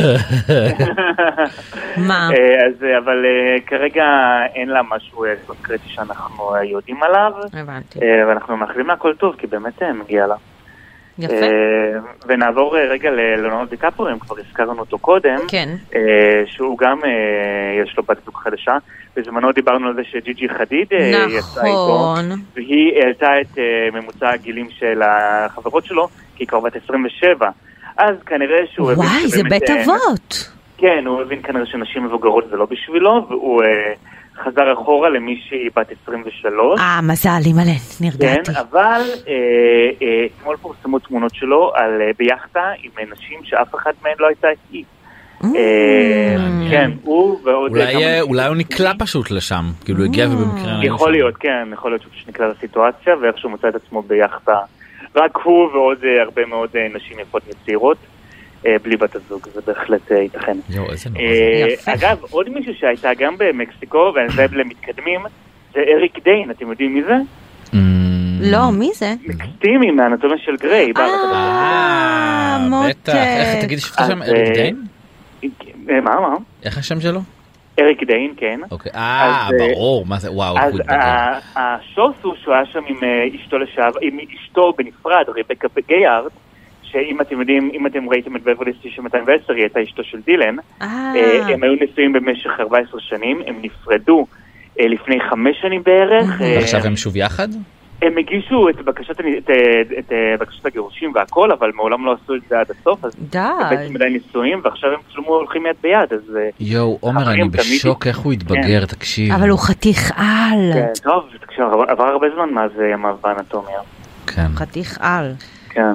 מה? אבל כרגע אין לה משהו קונקרטי שאנחנו יודעים עליו. הבנתי. ואנחנו מאחלים לה הכל טוב, כי באמת מגיע לה. יפה. ונעבור רגע ללאונרדו דיקפריו, אם כבר הזכרנו אותו קודם, כן. שהוא גם יש לו בת זוג חדשה. בזמנו דיברנו על זה שג'יג'י חדיד יצאה איתו, והיא העלתה את ממוצע הגילים של החברות שלו, כי היא כבר בת עשרים ושבע. אז כנראה שהוא הבין... וואי, זה בית אבות. כן, הוא הבין כנראה שנשים מבוגרות זה לא בשבילו, והוא חזר אחורה למישהי בת עשרים ושלוש. אה, מזל, אימא'לה, נרגעתי. כן, אבל אתמול פורסמו תמונות שלו ביחדה עם נשים שאף אחד מהן לא הייתה איתי. כן, הוא ועוד... אולי הוא נקלע פשוט לשם, כאילו הגיע ובמקרה... יכול להיות, כן, יכול להיות שהוא נקלע לסיטואציה, ואיכשהו מצא את עצמו ביחדה, רק הוא ועוד הרבה מאוד נשים יפות וצעירות, בלי בת הזוג, זה בהחלט ייתכן. אגב, עוד מישהו שהייתה גם במקסיקו, וזה למתקדמים, זה אריק דיין, אתם יודעים מי זה? לא, מי זה? מקסטימי מהאנטומיה של גריי. אה, מותק. איך תגידי שפתה שם אריק דיין? מה, מה? איך השם שלו? אריק דיין, כן. אוקיי, אה, ברור, מה זה, וואו, אז השוס הוא שהוא היה שם עם אשתו לשעבר, עם אשתו בנפרד, רבקה גייארד, שאם אתם יודעים, אם אתם ראיתם את בברלי תשעים מאתיים ועשר, היא הייתה אשתו של דילן, הם היו נשואים במשך ארבע עשרה שנים, הם נפרדו לפני חמש שנים בערך. ועכשיו הם שוב יחד? הם הגישו את בקשת, את, את בקשת הגירושים והכל, אבל מעולם לא עשו את זה עד הסוף, אז די. בעצם עדיין נישואים, ועכשיו הם צלמו הולכים יד ביד, אז... יואו, עומר, אני בשוק איך הוא התבגר, תקשיב. אבל הוא חתיך על. כן, טוב, תקשיב, עבר הרבה זמן מאז ימיו באנטומיה. כן. חתיך על. כן.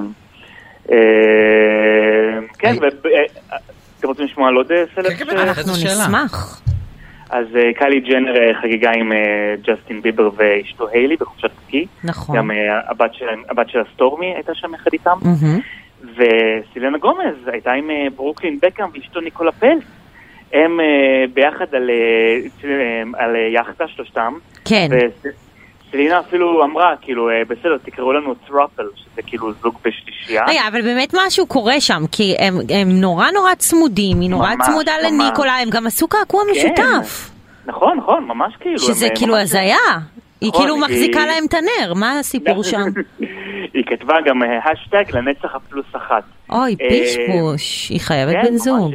כן, אתם רוצים לשמוע על עוד סלב? אנחנו נשמח. אז קיילי ג'נר חגיגה עם ג'סטין ביבר ואשתו היילי בחופשת סקי. נכון. גם הבת של הסטורמי הייתה שם אחד איתם. וסילנה גומז הייתה עם ברוקלין בקאם ואשתו ניקולה פלס. הם ביחד על יחדה שלושתם. כן. סלינה אפילו אמרה, כאילו, בסדר, תקראו לנו טראפל, שזה כאילו זוג בשלישייה. רגע, אבל באמת משהו קורה שם, כי הם, הם נורא נורא צמודים, היא נורא ממש, צמודה ממש. לניקולה, הם גם עשו קעקוע כן. משותף. נכון, נכון, ממש כאילו. שזה כאילו הזיה. נכון, היא כאילו היא... מחזיקה להם את הנר, מה הסיפור שם? היא כתבה גם השטג לנצח הפלוס אחת. אוי, פישפוש, היא חייבת כן, בן זוג.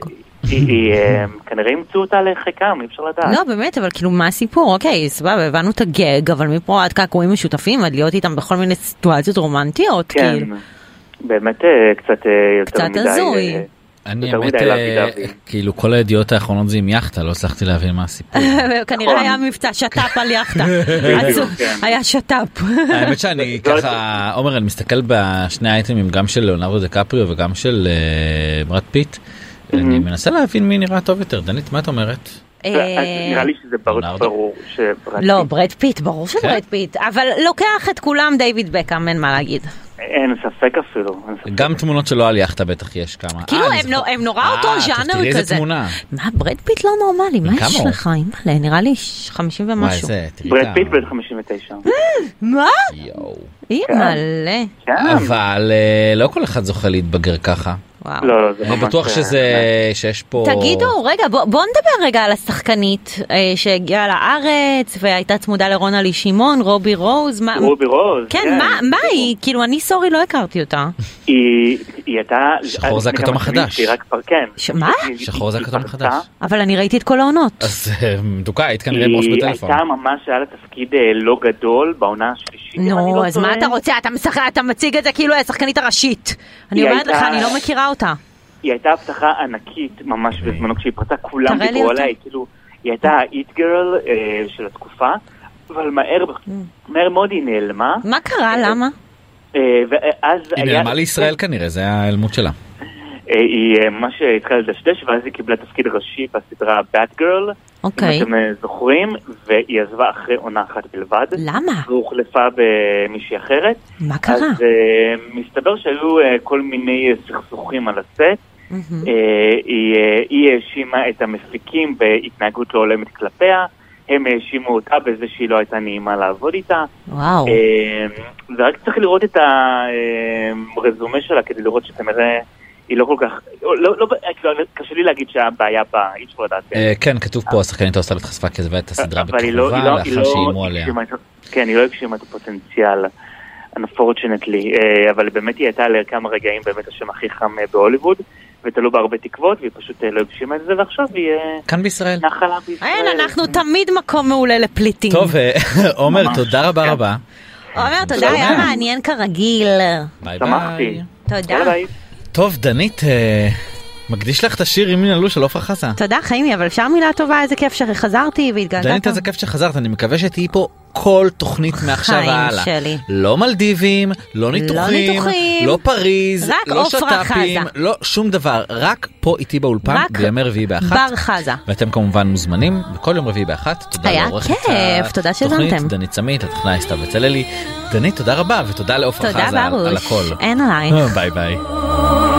היא כנראה ימצאו אותה לחיקם, אי אפשר לדעת. לא, באמת, אבל כאילו מה הסיפור? אוקיי, סבבה, הבנו את הגג, אבל מפה עד קעקועים משותפים, עד להיות איתם בכל מיני סיטואציות רומנטיות, כן, כאילו. באמת קצת יותר מדי. קצת הזוי. אני האמת, כאילו כל הידיעות האחרונות זה עם יחטה, לא הצלחתי להבין מה הסיפור. כנראה היה מבצע שטאפ על יחטה. היה שטאפ. האמת שאני ככה, עומר, אני מסתכל בשני האייטמים, גם של ליאונרדו דיקפריו וגם של ברד פיט, אני מנסה להבין מי נראה טוב יותר. דנית, מה את אומרת? נראה לי שזה ברור שברד פיט. לא, ברד פיט, ברור שברד פיט, אבל לוקח את כולם דיוויד בקאם, אין מה להגיד. אין ספק אפילו. גם תמונות שלו על יחטה בטח יש כמה. כאילו הם נורא אותו ז'אנר כזה. תראי איזה תמונה. מה, ברד פיט לא נורמלי, מה יש לך? נראה לי חמישים ומשהו. ברד פיט בן חמישים ותשע. מה? יואו. אי מלא. אבל לא כל אחד זוכה להתבגר ככה. לא, זה אני בטוח שזה, שיש פה... תגידו, רגע, בוא, בוא נדבר רגע על השחקנית אה, שהגיעה לארץ והייתה צמודה לרונלי שמעון, רובי רוז. מה, רובי רוז, כן. כן, מה, מה היא? כאילו, אני סורי, לא הכרתי אותה. היא, היא הייתה... שחור זה הכתום החדש. כן. ש... מה? שחור זה הכתום החדש. אבל אני ראיתי את כל העונות. אז מדוקה, היית כנראה בראש בטלפון. היא הייתה ממש, היה לה תפקיד לא גדול בעונה השלישית. נו, אז מה אתה רוצה? אתה, משח... אתה מציג את זה כאילו השחקנית הראשית. אני אומרת לך, אני לא מכירה אותה. היא הייתה הבטחה ענקית ממש בזמנו כשהיא פרצה, כולם דיברו עליה, כאילו, היא הייתה ה-it girl של התקופה, אבל מהר, מהר מאוד היא נעלמה. מה קרה? למה? היא נעלמה לישראל כנראה, זה ההיעלמות שלה. היא ממש התחילה לדשדש, ואז היא קיבלה תפקיד ראשי בסדרה Bad Girl, אוקיי. אם אתם זוכרים, והיא עזבה אחרי עונה אחת בלבד. למה? והוחלפה במישהי אחרת. מה קרה? אז uh, מסתבר שהיו uh, כל מיני סכסוכים על הסט. Mm-hmm. Uh, היא האשימה את המפיקים בהתנהגות לא הולמת כלפיה. הם האשימו אותה בזה שהיא לא הייתה נעימה לעבוד איתה. וואו. Uh, ורק צריך לראות את הרזומה שלה כדי לראות שכנראה... היא לא כל כך, לא, לא, קשה לי להגיד שהבעיה בה, אי אפשר לדעת. כן, כתוב פה, השחקנית האוסטרלית חשפה כזבה את הסדרה בתגובה, לאחר שאימו עליה. כן, היא לא הגשימה את הפוטנציאל unfortunately, אבל באמת היא הייתה לכמה רגעים באמת השם הכי חם בהוליווד, ותלו בה הרבה תקוות, והיא פשוט לא הגשימה את זה, ועכשיו היא... כאן בישראל. נחלה בישראל. אין, אנחנו תמיד מקום מעולה לפליטים. טוב, עומר, תודה רבה רבה. עומר, תודה, היה מעניין כרגיל. ביי ביי. תודה. טוב, דנית, מקדיש לך את השיר עם מינלו של עופרה חזה. תודה, חיימי, אבל אפשר מילה טובה, איזה כיף שחזרתי והתגעגעת. דנית, איזה כיף שחזרת, אני מקווה שתהיי פה כל תוכנית מעכשיו והלאה. לא מלדיבים, לא ניתוחים, לא פריז, לא שטאפים, לא שום דבר, רק פה איתי באולפן בימי רביעי באחת. בר חזה. ואתם כמובן מוזמנים בכל יום רביעי באחת. תודה לעורכת התוכנית, דנית סמית, התוכנה הסתיו בצללי. דנית, תודה רבה, ותודה לעופרה חזה על הכל. אין עליי. ביי ביי.